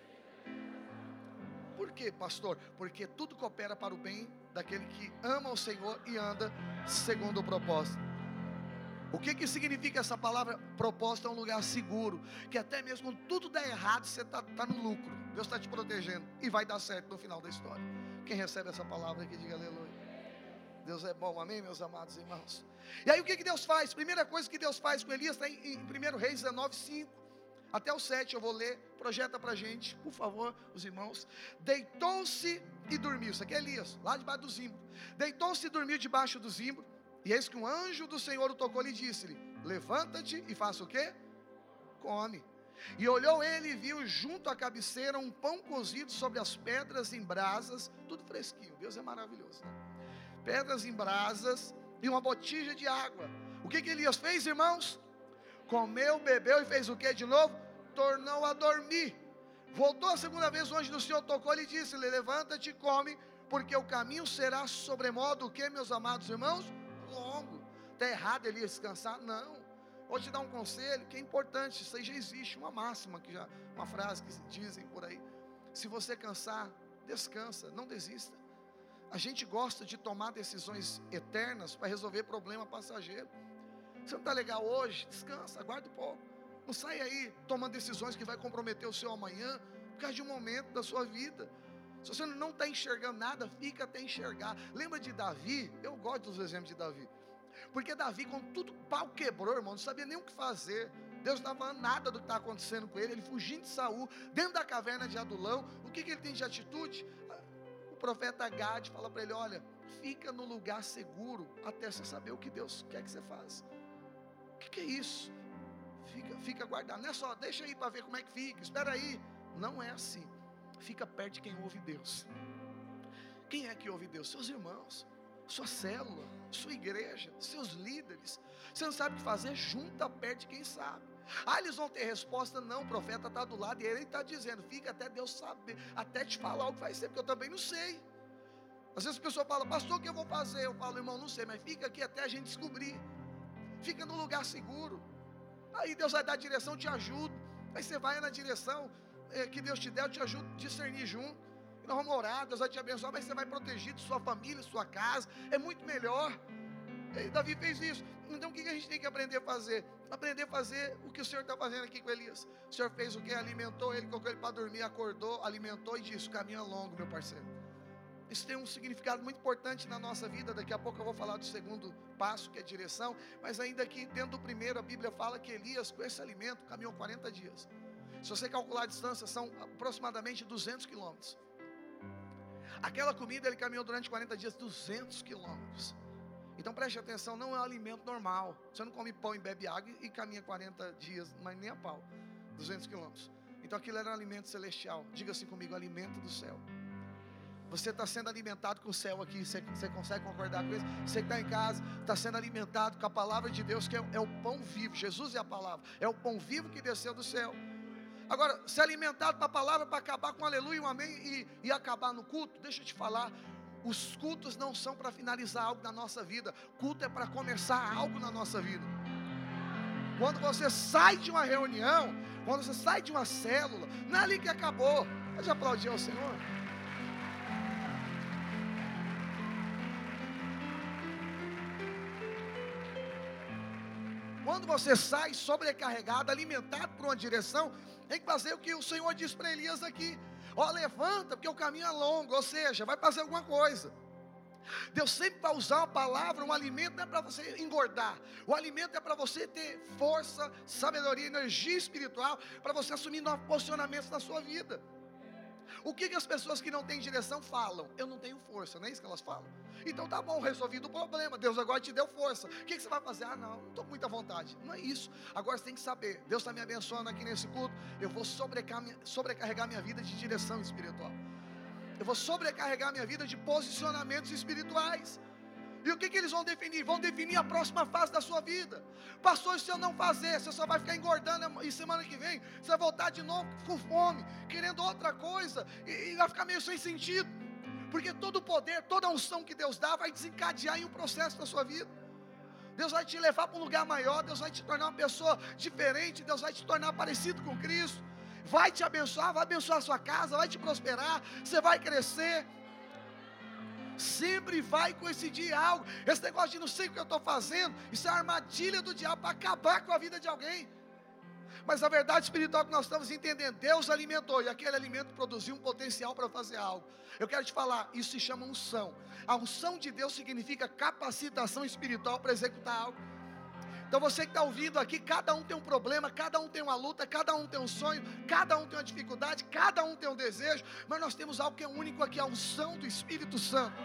Por quê, pastor? Porque tudo coopera para o bem daquele que ama o Senhor e anda segundo o propósito. O que significa essa palavra? Propósito é um lugar seguro, que até mesmo quando tudo der errado, você está no lucro. Deus está te protegendo e vai dar certo no final da história. Quem recebe essa palavra aqui, diga aleluia. Deus é bom, amém, meus amados irmãos. E aí o que Deus faz? Primeira coisa que Deus faz com Elias está em 1 Reis 19:5 até o 7, eu vou ler. Projeta para a gente, por favor, os irmãos. Deitou-se e dormiu. Isso aqui é Elias, lá debaixo do zimbro. Deitou-se e dormiu debaixo do zimbro. E eis que um anjo do Senhor o tocou e disse-lhe: levanta-te e faça o quê? Come. E olhou ele e viu junto à cabeceira um pão cozido sobre as pedras em brasas, tudo fresquinho. Deus é maravilhoso, né? Pedras em brasas e uma botija de água. O que Elias fez, irmãos? Comeu, bebeu e fez o que de novo? Tornou a dormir. Voltou a segunda vez, o anjo do Senhor tocou e disse: levanta-te e come, porque o caminho será sobremodo o que, meus amados irmãos? Longo. Está errado Elias descansar? Não. Vou te dar um conselho que é importante. Isso aí já existe, uma máxima, uma frase que dizem por aí: se você cansar, descansa, não desista. A gente gosta de tomar decisões eternas para resolver problema passageiro. Você não está legal hoje? Descansa, aguarde um pouco. Não sai aí tomando decisões que vai comprometer o seu amanhã, por causa de um momento da sua vida. Se você não está enxergando nada, fica até enxergar. Lembra de Davi? Eu gosto dos exemplos de Davi. Porque Davi, quando tudo o pau quebrou, irmão, não sabia nem o que fazer. Deus não estava falando nada do que estava acontecendo com ele. Ele fugindo de Saul, dentro da caverna de Adulão. O que ele tem de atitude? O profeta Gade fala para ele: olha, fica no lugar seguro até você saber o que Deus quer que você faça. O que é isso? Fica guardado. Não é só, deixa aí para ver como é que fica, espera aí. Não é assim. Fica perto de quem ouve Deus. Quem é que ouve Deus? Seus irmãos, sua célula, sua igreja, seus líderes. Você não sabe o que fazer? Junta perto de quem sabe. Ah, eles vão ter resposta? Não, o profeta está do lado e ele está dizendo: fica até Deus saber, até te falar o que vai ser, porque eu também não sei. Às vezes a pessoa fala: pastor, o que eu vou fazer? Eu falo: irmão, não sei, mas fica aqui até a gente descobrir. Fica no lugar seguro. Aí Deus vai dar a direção, te ajuda. Aí você vai na direção que Deus te der, eu te ajudo a discernir junto. E nós vamos orar, Deus vai te abençoar, mas você vai protegido, sua família, sua casa. É muito melhor. E Davi fez isso. Então o que a gente tem que aprender a fazer? aprender a fazer o que o Senhor está fazendo aqui com Elias. O Senhor fez o que? Alimentou ele, colocou ele para dormir, acordou, alimentou e disse: o caminho é longo, meu parceiro. Isso tem um significado muito importante na nossa vida. Daqui a pouco eu vou falar do segundo passo, que é direção. Mas ainda aqui dentro do primeiro, a Bíblia fala que Elias, com esse alimento, caminhou 40 dias. Se você calcular a distância, são aproximadamente 200 quilômetros. Aquela comida ele caminhou durante 40 dias, 200 quilômetros. Então preste atenção, não é um alimento normal. Você não come pão e bebe água e caminha 40 dias, mas nem a pau, 200 quilômetros. Então aquilo era um alimento celestial. Diga assim comigo: alimento do céu. Você está sendo alimentado com o céu aqui. Você consegue concordar com isso? Você que está em casa, está sendo alimentado com a palavra de Deus, que é o pão vivo. Jesus é a palavra, é o pão vivo que desceu do céu. Agora, ser alimentado com a palavra para acabar com um aleluia e um amém e acabar no culto, deixa eu te falar, os cultos não são para finalizar algo na nossa vida. Culto é para começar algo na nossa vida. Quando você sai de uma reunião, quando você sai de uma célula, não é ali que acabou. Pode aplaudir ao Senhor. Quando você sai sobrecarregado, alimentado por uma direção, tem que fazer o que o Senhor disse para Elias aqui: ó, levanta, porque o caminho é longo. Ou seja, vai fazer alguma coisa. Deus sempre vai usar uma palavra, um alimento não é para você engordar. O alimento é para você ter força, sabedoria, energia espiritual, para você assumir novos posicionamentos na sua vida. O que as pessoas que não têm direção falam? Eu não tenho força, não é isso que elas falam? Então tá bom, resolvido o problema, Deus agora te deu força. O que você vai fazer? Ah, não estou com muita vontade. Não é isso. Agora você tem que saber, Deus está me abençoando aqui nesse culto, eu vou sobrecarregar minha vida de direção espiritual. Eu vou sobrecarregar minha vida de posicionamentos espirituais. E o que eles vão definir? Vão definir a próxima fase da sua vida. Pastor, se eu não fazer, você só vai ficar engordando, e semana que vem você vai voltar de novo com fome, querendo outra coisa, e vai ficar meio sem sentido. Porque todo o poder, toda a unção que Deus dá vai desencadear em um processo da sua vida. Deus vai te levar para um lugar maior, Deus vai te tornar uma pessoa diferente, Deus vai te tornar parecido com Cristo, vai te abençoar, vai abençoar a sua casa, vai te prosperar, você vai crescer. Sempre vai coincidir algo. Esse negócio de não sei o que eu estou fazendo, isso é uma armadilha do diabo para acabar com a vida de alguém. Mas a verdade espiritual que nós estamos entendendo, Deus alimentou, e aquele alimento produziu um potencial para fazer algo. Eu quero te falar, isso se chama unção. A unção de Deus significa capacitação espiritual para executar algo. Então você que está ouvindo aqui, cada um tem um problema, cada um tem uma luta, cada um tem um sonho, cada um tem uma dificuldade, cada um tem um desejo, mas nós temos algo que é único aqui, a unção do Espírito Santo.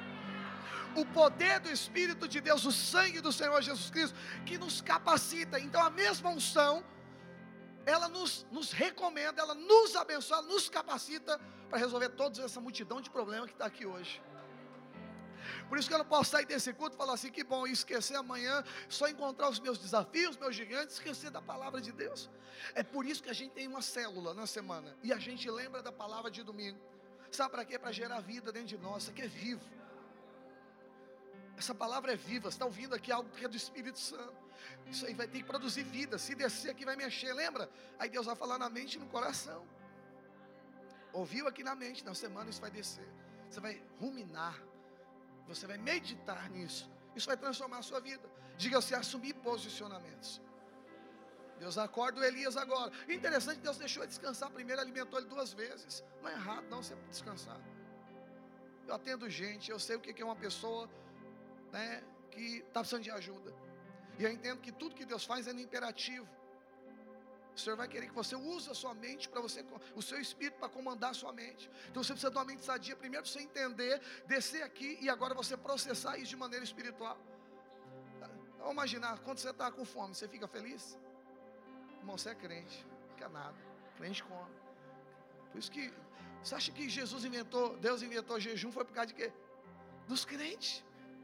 O poder do Espírito de Deus, o sangue do Senhor Jesus Cristo, que nos capacita. Então a mesma unção, ela nos recomenda, ela nos abençoa, ela nos capacita para resolver toda essa multidão de problemas que está aqui hoje. Por isso que eu não posso sair desse culto e falar assim: que bom, esquecer amanhã, só encontrar os meus desafios, meus gigantes, esquecer da palavra de Deus. É por isso que a gente tem uma célula na semana, e a gente lembra da palavra de domingo. Sabe para quê? Para gerar vida dentro de nós. Isso aqui é vivo. Essa palavra é viva. Você está ouvindo aqui algo que é do Espírito Santo. Isso aí vai ter que produzir vida. Se descer aqui vai mexer, lembra? Aí Deus vai falar na mente e no coração. Ouviu aqui na mente, na semana isso vai descer. Você vai ruminar. Você vai meditar nisso. Isso vai transformar a sua vida. Diga assim: assumir posicionamentos. Deus acorda o Elias agora. Interessante, Deus deixou ele descansar primeiro, alimentou ele 2 vezes. Não é errado não você descansar. Eu atendo gente, eu sei o que é uma pessoa, né, que está precisando de ajuda. E eu entendo que tudo que Deus faz é no imperativo. O Senhor vai querer que você use a sua mente para você, o seu espírito para comandar a sua mente. Então você precisa de uma mente sadia, primeiro para você entender, descer aqui e agora você processar isso de maneira espiritual. Vamos imaginar, quando você está com fome, você fica feliz? Irmão, você é crente, não fica nada, crente come. Por isso que, você acha que Deus inventou jejum, foi por causa de quê? Dos crentes.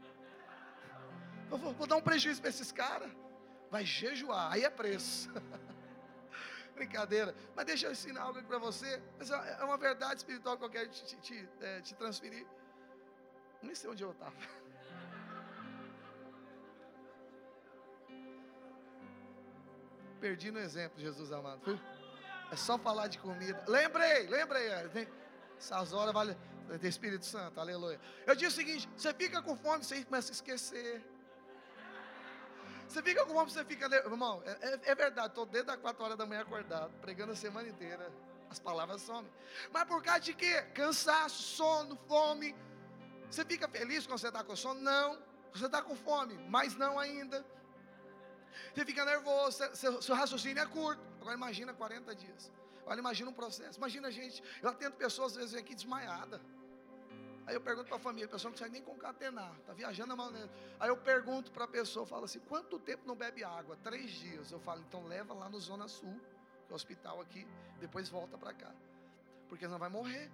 Eu vou dar um prejuízo para esses caras, vai jejuar, aí é preço. Brincadeira, mas deixa eu ensinar algo aqui para você. É uma verdade espiritual que eu quero te transferir. Nem sei onde eu estava. Perdi no exemplo, Jesus amado. É só falar de comida. Lembrei. Essas horas vale ter Espírito Santo, aleluia. Eu disse o seguinte: você fica com fome, você começa a esquecer. Você fica com fome, você fica... Irmão, é verdade, estou desde as 4 horas da manhã acordado, pregando a semana inteira. As palavras somem. Mas por causa de quê? Cansaço, sono, fome. Você fica feliz quando você está com sono? Não. Você está com fome, mas não ainda. Você fica nervoso, seu raciocínio é curto. Agora imagina 40 dias. Agora imagina um processo. Imagina, gente, eu atendo pessoas às vezes aqui desmaiada. Aí eu pergunto para a família, a pessoa não consegue nem concatenar, está viajando a maneira. Aí eu pergunto para a pessoa, falo assim, quanto tempo não bebe água? 3 dias. Eu falo, então leva lá no Zona Sul, que é o hospital aqui, depois volta para cá. Porque senão vai morrer.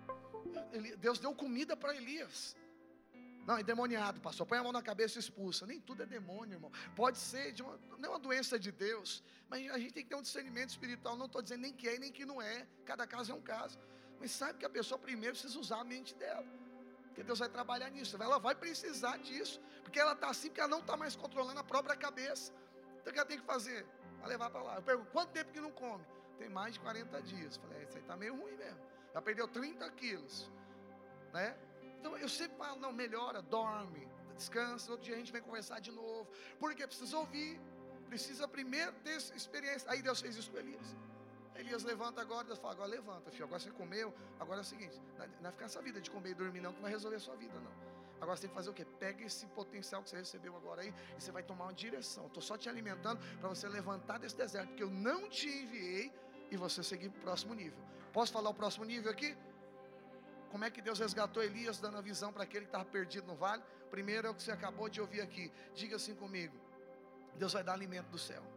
Deus deu comida para Elias. Não, endemoniado, pastor, põe a mão na cabeça e expulsa. Nem tudo é demônio, irmão. Pode ser, não é uma doença de Deus, mas a gente tem que ter um discernimento espiritual. Não estou dizendo nem que é e nem que não é. Cada caso é um caso. Mas sabe que a pessoa primeiro precisa usar a mente dela. Porque Deus vai trabalhar nisso. Ela vai precisar disso. Porque ela está assim, porque ela não está mais controlando a própria cabeça. Então o que ela tem que fazer? Vai levar para lá. Eu pergunto, quanto tempo que não come? Tem mais de 40 dias. Eu falei, isso aí está meio ruim mesmo. Já perdeu 30 quilos. Né? Então eu sempre falo, não, melhora, dorme, descansa, outro dia a gente vem conversar de novo. Porque precisa ouvir. Precisa primeiro ter experiência. Aí Deus fez isso com Elias. Elias levanta agora, Deus fala, agora levanta, filho, agora você comeu, agora é o seguinte, não vai ficar essa vida de comer e dormir não, que não vai resolver a sua vida não. Agora você tem que fazer o quê? Pega esse potencial que você recebeu agora aí, e você vai tomar uma direção. Estou só te alimentando para você levantar desse deserto, porque eu não te enviei, e você seguir para o próximo nível. Posso falar o próximo nível aqui? Como é que Deus resgatou Elias, dando a visão para aquele que estava perdido no vale? Primeiro é o que você acabou de ouvir aqui, diga assim comigo, Deus vai dar alimento do céu.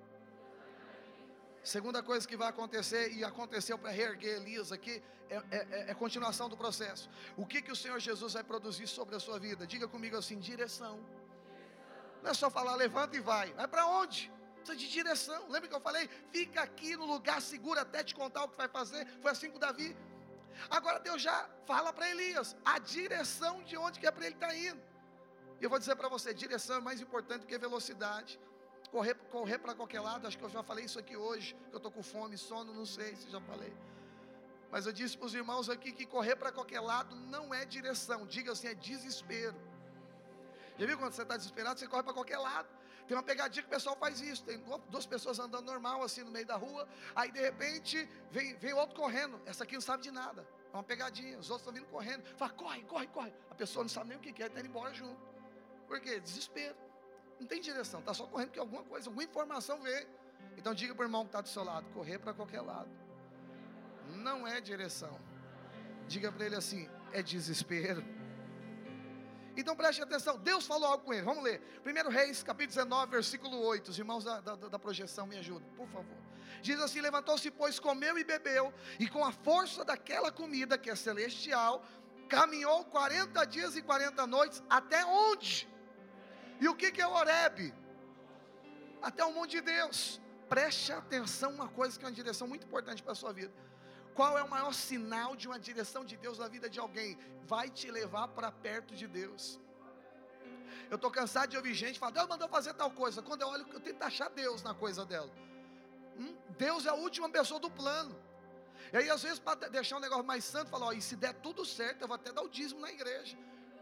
Segunda coisa que vai acontecer, e aconteceu para reerguer Elias aqui, é continuação do processo. O que o Senhor Jesus vai produzir sobre a sua vida? Diga comigo assim, direção. Não é só falar, levanta e vai para onde? Precisa de direção. Lembra que eu falei? Fica aqui no lugar seguro até te contar o que vai fazer. Foi assim com Davi. Agora Deus já fala para Elias a direção de onde que é para ele estar indo. E eu vou dizer para você, direção é mais importante do que velocidade. Correr para qualquer lado, acho que eu já falei isso aqui hoje, que eu estou com fome, sono, não sei se já falei. Mas eu disse para os irmãos aqui que correr para qualquer lado não é direção, diga assim, é desespero. Já viu quando você está desesperado, você corre para qualquer lado. Tem uma pegadinha que o pessoal faz isso, tem 2 pessoas andando normal assim no meio da rua, aí de repente vem outro correndo, essa aqui não sabe de nada, é uma pegadinha, os outros estão vindo correndo, fala, corre, a pessoa não sabe nem o que é, está indo embora junto. Por quê? Desespero. Não tem direção, está só correndo porque alguma coisa, alguma informação veio. Então diga para o irmão que está do seu lado, correr para qualquer lado não é direção. Diga para ele assim, é desespero. Então preste atenção, Deus falou algo com ele, vamos ler 1 Reis, capítulo 19, versículo 8. Os irmãos da projeção me ajudem, por favor. Diz assim, levantou-se, pois comeu e bebeu, e com a força daquela comida que é celestial, caminhou 40 dias e 40 noites, até onde? E o que é o Horebe? Até o monte de Deus. Preste atenção, uma coisa que é uma direção muito importante para a sua vida. Qual é o maior sinal de uma direção de Deus na vida de alguém? Vai te levar para perto de Deus. Eu estou cansado de ouvir gente falar, Deus mandou fazer tal coisa. Quando eu olho, eu tento achar Deus na coisa dela. Deus é a última pessoa do plano. E aí às vezes para deixar um negócio mais santo, fala, e se der tudo certo, eu vou até dar o dízimo na igreja.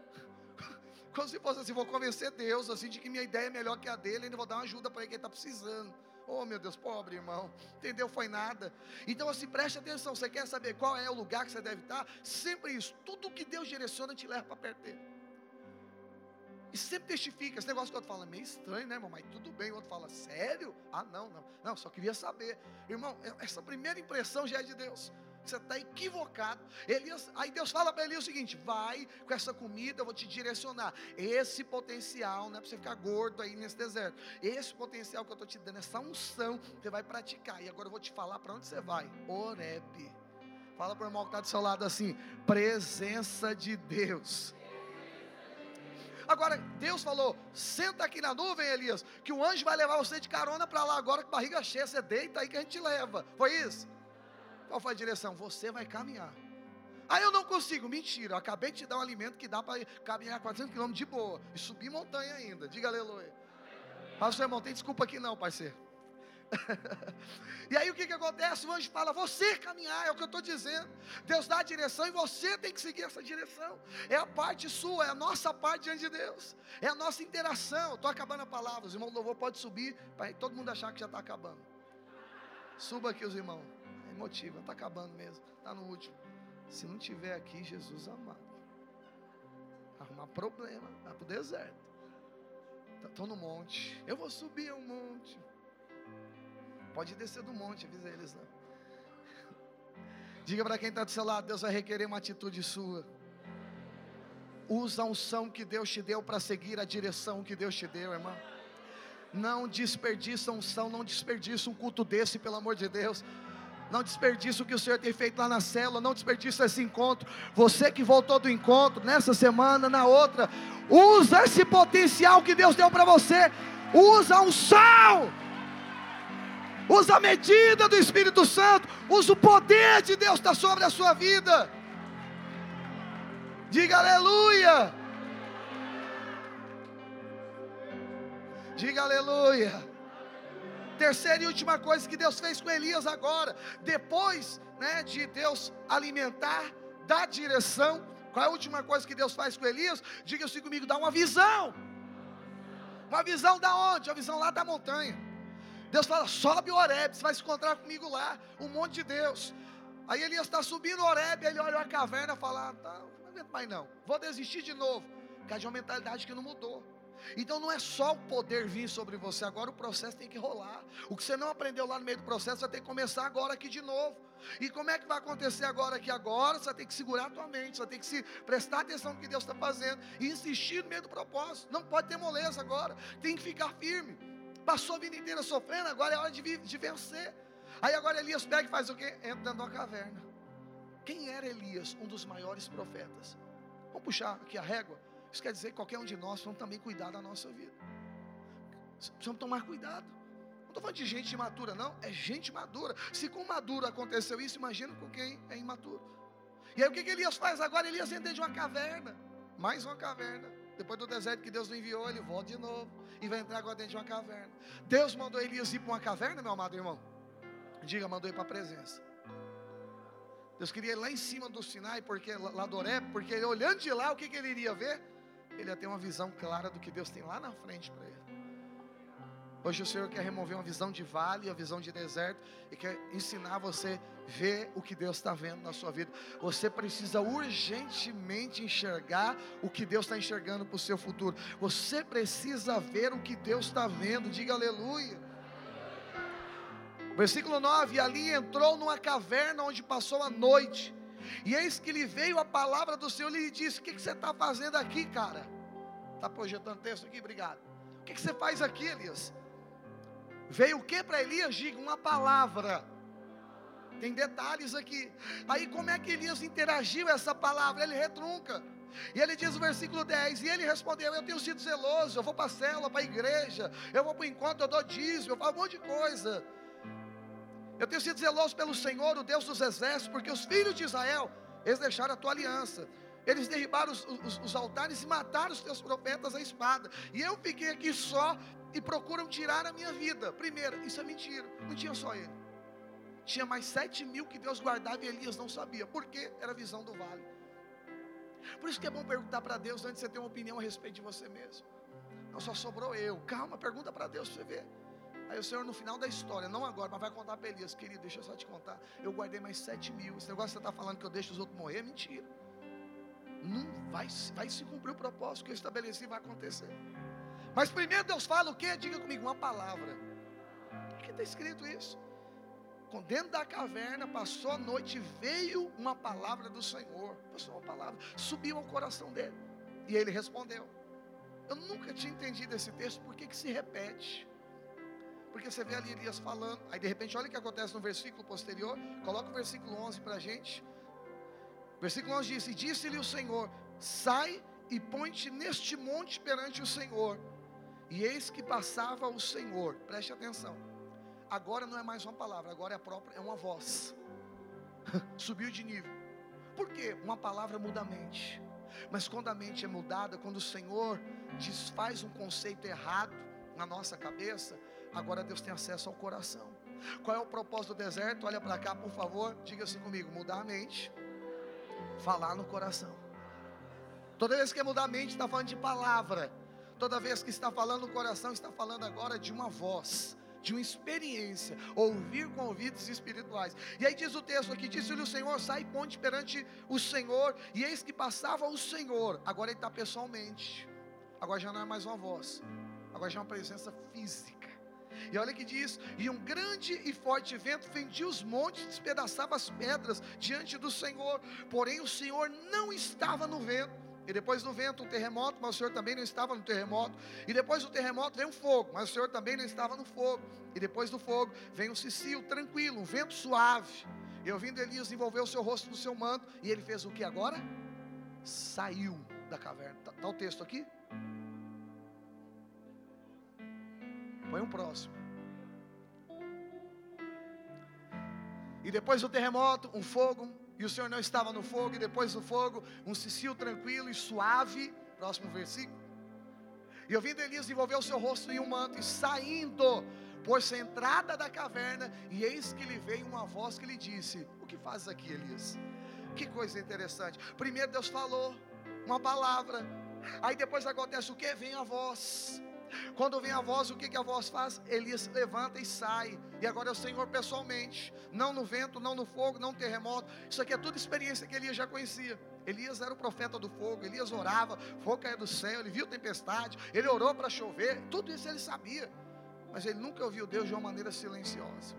Como se fosse assim, vou convencer Deus assim, de que minha ideia é melhor que a dele, ainda vou dar uma ajuda para ele que ele está precisando. Oh meu Deus, pobre irmão, entendeu? Foi nada. Então assim, preste atenção, você quer saber qual é o lugar que você deve estar? Sempre isso, tudo que Deus direciona te leva para perto dele. E sempre testifica, esse negócio que o outro fala, meio estranho, né irmão, mas tudo bem. O outro fala, sério? Ah não, só queria saber. Irmão, essa primeira impressão já é de Deus. Você está equivocado. Aí Deus fala para Elias o seguinte, vai com essa comida, eu vou te direcionar. Esse potencial, não é para você ficar gordo aí nesse deserto. Esse potencial que eu estou te dando, essa unção, você vai praticar. E agora eu vou te falar para onde você vai. Horebe. Fala para o irmão que está do seu lado assim, presença de Deus. Agora, Deus falou, senta aqui na nuvem, Elias, que o anjo vai levar você de carona para lá. Agora com barriga cheia, você deita aí que a gente te leva. Foi isso? Qual foi a direção? Você vai caminhar. Aí eu não consigo, mentira, eu acabei de te dar um alimento que dá para caminhar 400 km de boa, e subir montanha ainda, diga aleluia. Mas o seu irmão, tem desculpa aqui não, parceiro. E aí o que acontece? O anjo fala, você caminhar, é o que eu estou dizendo. Deus dá a direção e você tem que seguir essa direção. É a parte sua, é a nossa parte diante de Deus. É a nossa interação. Estou acabando a palavra, os irmãos do louvor podem subir, para todo mundo achar que já está acabando. Suba aqui os irmãos, motiva, está acabando mesmo, está no último. Se não tiver aqui, Jesus amado, arrumar problema, vai para o deserto. Estou no monte, eu vou subir ao monte. Pode descer do monte, avisa eles lá. Diga para quem está do seu lado, Deus vai requerer uma atitude sua. Usa a unção que Deus te deu para seguir a direção que Deus te deu, irmão. Não desperdiça a unção, não desperdiça um culto desse, pelo amor de Deus. Não desperdiça o que o Senhor tem feito lá na célula, não desperdiça esse encontro. Você que voltou do encontro, nessa semana, na outra, usa esse potencial que Deus deu para você. Usa a unção. Usa a medida do Espírito Santo. Usa o poder de Deus que está sobre a sua vida. Diga aleluia. Diga aleluia. Terceira e última coisa que Deus fez com Elias agora. Depois, de Deus alimentar, dar direção. Qual é a última coisa que Deus faz com Elias? Diga assim comigo, dá uma visão. Uma visão da onde? Uma visão lá da montanha. Deus fala, sobe o Horebe, você vai se encontrar comigo lá, um monte de Deus. Aí Elias está subindo o Horebe, ele olha a caverna e fala, não aguento mais não, vou desistir de novo, por causa de uma mentalidade que não mudou. Então não é só o poder vir sobre você, agora o processo tem que rolar. O que você não aprendeu lá no meio do processo, vai ter que começar agora aqui de novo. E como é que vai acontecer agora aqui? Agora você vai ter que segurar a tua mente, você vai ter que se prestar atenção no que Deus está fazendo e insistir no meio do propósito. Não pode ter moleza agora, tem que ficar firme. Passou a vida inteira sofrendo, agora é hora de vencer. Aí agora Elias pega e faz o quê? Entra dentro de uma caverna. Quem era Elias? Um dos maiores profetas. Vamos puxar aqui a régua. Isso quer dizer que qualquer um de nós vamos também cuidar da nossa vida. Precisamos tomar cuidado. Não estou falando de gente imatura não, é gente madura. Se com maduro aconteceu isso, imagina com quem é imaturo. E aí o que Elias faz agora? Elias entra de uma caverna. Mais uma caverna. Depois do deserto que Deus não enviou, ele volta de novo e vai entrar agora dentro de uma caverna. Deus mandou Elias ir para uma caverna, meu amado irmão? Diga, mandou ir para a presença. Deus queria ir lá em cima do Sinai, porque lá do Horebe, porque ele, olhando de lá, o que ele iria ver? Ele ia ter uma visão clara do que Deus tem lá na frente para ele. Hoje o Senhor quer remover uma visão de vale, a visão de deserto, e quer ensinar você a ver o que Deus está vendo na sua vida. Você precisa urgentemente enxergar o que Deus está enxergando para o seu futuro. Você precisa ver o que Deus está vendo, diga aleluia. Versículo 9, ali entrou numa caverna onde passou a noite. E eis que lhe veio a palavra do Senhor e lhe disse, o que você está fazendo aqui, cara? Está projetando texto aqui? Obrigado. O que você faz aqui, Elias? Veio o que para Elias? Diga, uma palavra. Tem detalhes aqui. Aí como é que Elias interagiu essa palavra? Ele retrunca. E ele diz no versículo 10, e ele respondeu, eu tenho sido zeloso, eu vou para a célula, para a igreja, eu vou para o encontro, eu dou dízimo, eu faço um monte de coisa. Eu tenho sido zeloso pelo Senhor, o Deus dos exércitos, porque os filhos de Israel, eles deixaram a tua aliança. Eles derribaram os altares e mataram os teus profetas à espada. E eu fiquei aqui só e procuram tirar a minha vida. Primeiro, isso é mentira, não tinha só ele. Tinha mais 7.000 que Deus guardava e Elias não sabia. Por quê? Era a visão do vale. Por isso que é bom perguntar para Deus antes de você ter uma opinião a respeito de você mesmo. Não, só sobrou eu. Calma, pergunta para Deus para você ver. Aí o Senhor no final da história, não agora, mas vai contar para Elias, querido, deixa eu só te contar, eu guardei mais 7.000, esse negócio que você está falando que eu deixo os outros morrer, é mentira. Não vai se cumprir o propósito que eu estabeleci, vai acontecer. Mas primeiro Deus fala o quê? Diga comigo, uma palavra. O que está escrito isso? Dentro da caverna, passou a noite, veio uma palavra do Senhor, passou uma palavra, subiu ao coração dele, e ele respondeu. Eu nunca tinha entendido esse texto, por que se repete? Porque você vê ali Elias falando, aí de repente olha o que acontece no versículo posterior, coloca o versículo 11 para a gente. Versículo 11 diz, e disse-lhe o Senhor, sai e põe-te neste monte perante o Senhor. E eis que passava o Senhor, preste atenção, agora não é mais uma palavra, agora é uma voz, subiu de nível. Por quê? Uma palavra muda a mente, mas quando a mente é mudada, quando o Senhor desfaz um conceito errado na nossa cabeça, Agora Deus tem acesso ao coração. Qual é o propósito do deserto? Olha para cá, por favor, diga assim comigo: mudar a mente, falar no coração. Toda vez que é mudar a mente, está falando de palavra. Toda vez que está falando no coração, está falando agora de uma voz, de uma experiência, ouvir com ouvidos espirituais. E aí diz o texto aqui: disse-lhe o Senhor, sai e ponte perante o Senhor. E eis que passava o Senhor. Agora ele está pessoalmente. Agora já não é mais uma voz, agora já é uma presença física. E olha que diz: e um grande e forte vento fendia os montes, despedaçava as pedras diante do Senhor. Porém o Senhor não estava no vento. E depois do vento, um terremoto, mas o Senhor também não estava no terremoto. E depois do terremoto vem um fogo, mas o Senhor também não estava no fogo. E depois do fogo vem um cicio tranquilo, um vento suave. E ouvindo Elias, envolveu o seu rosto no seu manto. E ele fez o que agora? Saiu da caverna. Está o texto aqui? Põe um próximo. E depois do terremoto, um fogo, e o Senhor não estava no fogo. E depois do fogo, um cicio tranquilo e suave. Próximo versículo. E ouvindo Elias, envolveu o seu rosto em um manto, e saindo, pôs-se à entrada da caverna, e eis que lhe veio uma voz que lhe disse: o que fazes aqui, Elias? Que coisa interessante. Primeiro Deus falou uma palavra, aí depois acontece o que? Vem a voz. Quando vem a voz, o que a voz faz? Elias levanta e sai. E agora é o Senhor pessoalmente. Não no vento, não no fogo, não no terremoto. Isso aqui é tudo experiência que Elias já conhecia. Elias era o profeta do fogo. Elias orava, fogo caía do céu, ele viu tempestade, ele orou para chover. Tudo isso ele sabia. Mas ele nunca ouviu Deus de uma maneira silenciosa.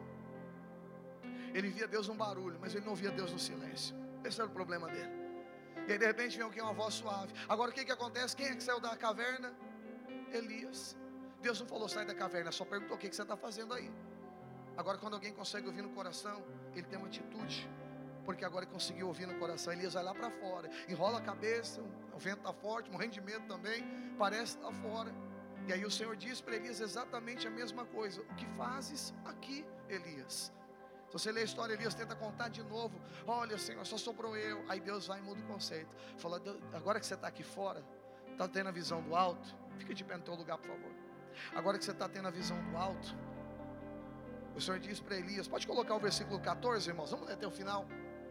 Ele via Deus no barulho, mas ele não via Deus no silêncio. Esse era o problema dele. E aí de repente vem o que? Uma voz suave. Agora o que acontece? Quem é que saiu da caverna? Elias. Deus não falou sai da caverna, só perguntou o que você está fazendo aí. Agora quando alguém consegue ouvir no coração, ele tem uma atitude, porque agora ele conseguiu ouvir no coração. Elias vai lá para fora, enrola a cabeça, o vento está forte, morrendo de medo também, parece estar fora. E aí o Senhor diz para Elias exatamente a mesma coisa: o que fazes aqui, Elias? Se você ler a história, Elias tenta contar de novo: olha, Senhor, só sobrou eu. Aí Deus vai e muda o conceito, fala: agora que você está aqui fora, está tendo a visão do alto, fica de pé no teu lugar, por favor. Agora que você está tendo a visão do alto, o Senhor diz para Elias, pode colocar o versículo 14, irmãos, vamos ler até o final.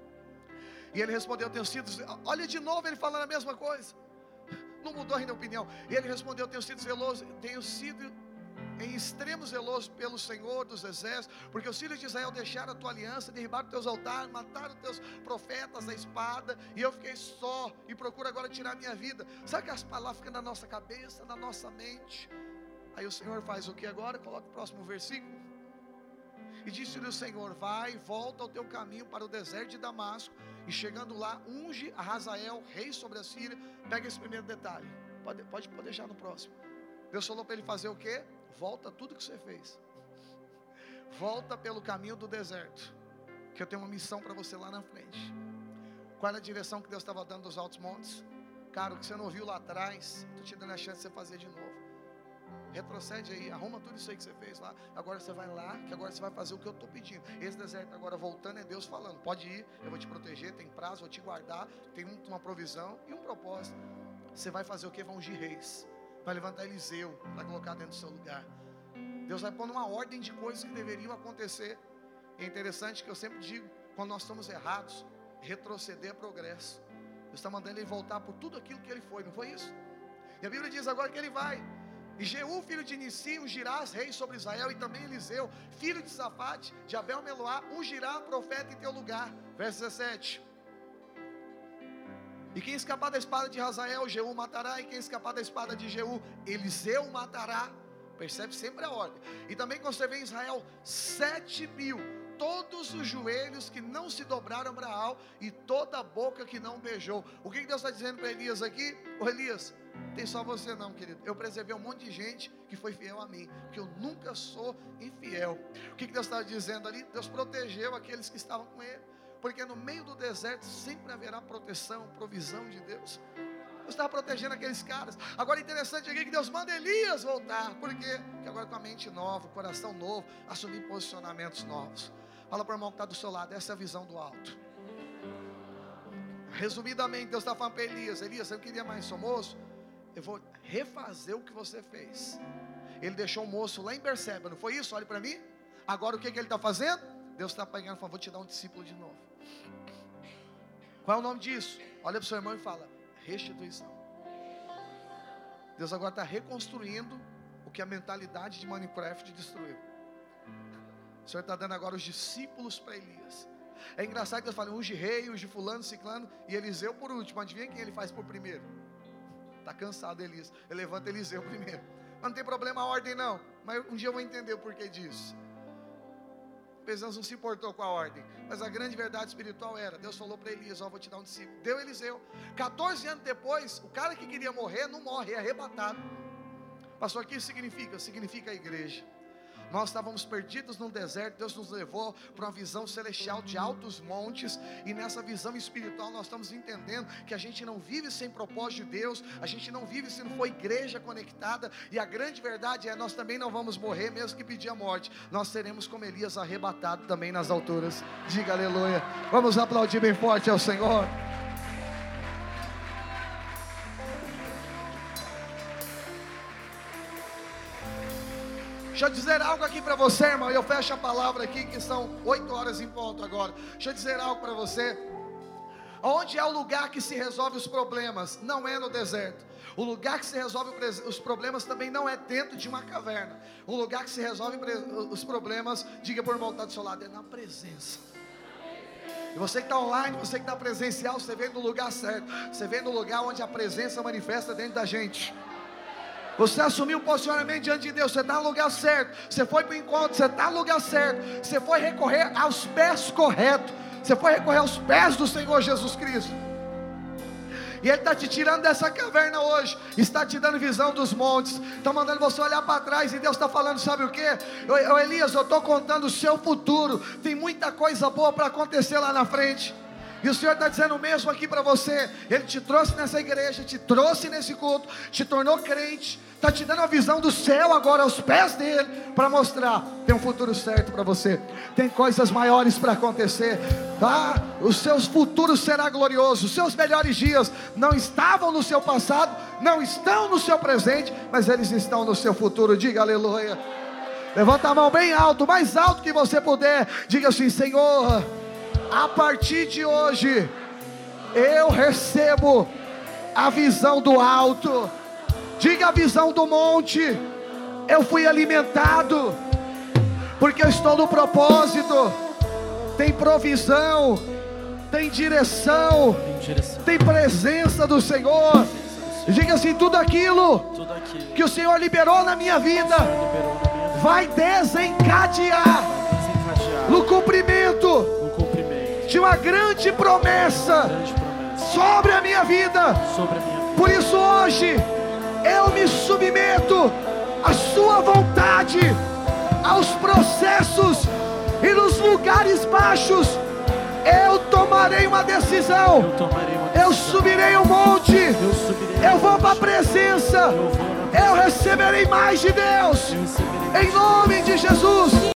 E ele respondeu: tenho sido, olha de novo ele falando a mesma coisa, não mudou ainda a opinião. E ele respondeu: tenho sido zeloso, tenho sido em extremo zeloso pelo Senhor dos exércitos, porque os filhos de Israel deixaram a tua aliança, derribaram os teus altares, mataram os teus profetas à espada, e eu fiquei só, e procuro agora tirar a minha vida. Sabe que as palavras ficam na nossa cabeça, na nossa mente? Aí o Senhor faz o que agora? Coloca o próximo versículo. E disse-lhe o Senhor: vai, volta ao teu caminho para o deserto de Damasco, e chegando lá, unge a Hazael, rei sobre a Síria. Pega esse primeiro detalhe, pode deixar no próximo. Deus falou para ele fazer o que? Volta tudo que você fez. Volta pelo caminho do deserto, que eu tenho uma missão para você lá na frente. Qual era a direção que Deus estava dando dos altos montes? Cara, o que você não viu lá atrás, estou te dando a chance de você fazer de novo. Retrocede aí, arruma tudo isso aí que você fez lá. Agora você vai lá, que agora você vai fazer o que eu estou pedindo. Esse deserto agora voltando é Deus falando: pode ir, eu vou te proteger, tem prazo, vou te guardar, tem uma provisão e um propósito. Você vai fazer o que? Vai ungir reis, vai levantar Eliseu, vai colocar dentro do seu lugar. Deus vai pôr uma ordem de coisas que deveriam acontecer. É interessante que eu sempre digo, quando nós estamos errados, retroceder é progresso. Deus está mandando ele voltar por tudo aquilo que ele foi, não foi isso? E a Bíblia diz agora que ele vai. E Jeú, filho de Nissi, ungirá reis sobre Israel, e também Eliseu, filho de Safate, de Abel Meloá, ungirá profeta em teu lugar. Verso 17. E quem escapar da espada de Hazael, Jeú matará. E quem escapar da espada de Jeú, Eliseu matará. Percebe sempre a ordem. E também conservei em Israel 7.000, todos os joelhos que não se dobraram a Baal, e toda a boca que não beijou. O que Deus está dizendo para Elias aqui? Ô Elias, tem só você não, querido. Eu preservei um monte de gente que foi fiel a mim, porque eu nunca sou infiel. O que Deus está dizendo ali? Deus protegeu aqueles que estavam com ele, porque no meio do deserto sempre haverá proteção, provisão de Deus. Deus estava protegendo aqueles caras. Agora interessante aqui que Deus manda Elias voltar. Por quê? Porque agora com a mente nova, o coração novo, assumir posicionamentos novos. Fala para o irmão que está do seu lado: essa é a visão do alto. Resumidamente, Deus está falando para Elias: Elias, você não queria mais, sou moço? Eu vou refazer o que você fez. Ele deixou o moço lá em Berseba, não foi isso? Olhe para mim. Agora o que ele está fazendo? Deus está pegando e falando, vou te dar um discípulo de novo. Qual é o nome disso? Olha para o seu irmão e fala, restituição. Deus agora está reconstruindo o que a mentalidade de Minecraft destruiu. O Senhor está dando agora os discípulos para Elias. É engraçado que Deus fala, unge rei, unge fulano, ciclano, e Eliseu por último. Adivinha quem ele faz por primeiro? Está cansado Elias, ele levanta Eliseu primeiro. Mas não tem problema a ordem não, mas um dia eu vou entender o porquê disso. Pesamos não se importou com a ordem, mas a grande verdade espiritual era, Deus falou para Elias, vou te dar um discípulo, deu Eliseu. 14 anos depois, o cara que queria morrer, não morre, é arrebatado. Pastor, o que isso significa? Significa a igreja. Nós estávamos perdidos num deserto, Deus nos levou para uma visão celestial de altos montes, e nessa visão espiritual nós estamos entendendo que a gente não vive sem propósito de Deus, a gente não vive se não for igreja conectada, e a grande verdade é, nós também não vamos morrer, mesmo que pedir a morte, nós seremos como Elias arrebatado também nas alturas. Diga aleluia, vamos aplaudir bem forte ao Senhor. Deixa eu dizer algo aqui para você, irmão, e eu fecho a palavra aqui, que são 8 horas em ponto agora. Deixa eu dizer algo para você. Onde é o lugar que se resolve os problemas? Não é no deserto. O lugar que se resolve os problemas também não é dentro de uma caverna. O lugar que se resolve os problemas, diga por irmão que está do seu lado, é na presença. E você que está online, você que está presencial, você vem no lugar certo. Você vem no lugar onde a presença manifesta dentro da gente. Você assumiu o posicionamento diante de Deus, você está no lugar certo. Você foi para o encontro, você está no lugar certo. Você foi recorrer aos pés corretos. Você foi recorrer aos pés do Senhor Jesus Cristo. E Ele está te tirando dessa caverna hoje. Está te dando visão dos montes. Está mandando você olhar para trás. E Deus está falando, sabe o que? Elias, eu estou contando o seu futuro. Tem muita coisa boa para acontecer lá na frente. E o Senhor está dizendo o mesmo aqui para você. Ele te trouxe nessa igreja, te trouxe nesse culto, te tornou crente, está te dando a visão do céu agora aos pés dele, para mostrar, tem um futuro certo para você, tem coisas maiores para acontecer, tá? O seu futuro será glorioso. Os seus melhores dias não estavam no seu passado, não estão no seu presente, mas eles estão no seu futuro. Diga aleluia. Levanta a mão bem alto, mais alto que você puder. Diga assim, Senhor, a partir de hoje, eu recebo a visão do alto. Diga a visão do monte. Eu fui alimentado, porque eu estou no propósito. Tem provisão, tem direção, tem presença do Senhor. Diga assim, tudo aquilo que o Senhor liberou na minha vida vai desencadear no cumprimento de uma grande promessa sobre a minha vida. Por isso hoje eu me submeto à sua vontade, aos processos, e nos lugares baixos eu tomarei uma decisão. Eu subirei o monte, eu vou para a presença, eu receberei mais de Deus, em nome de Jesus.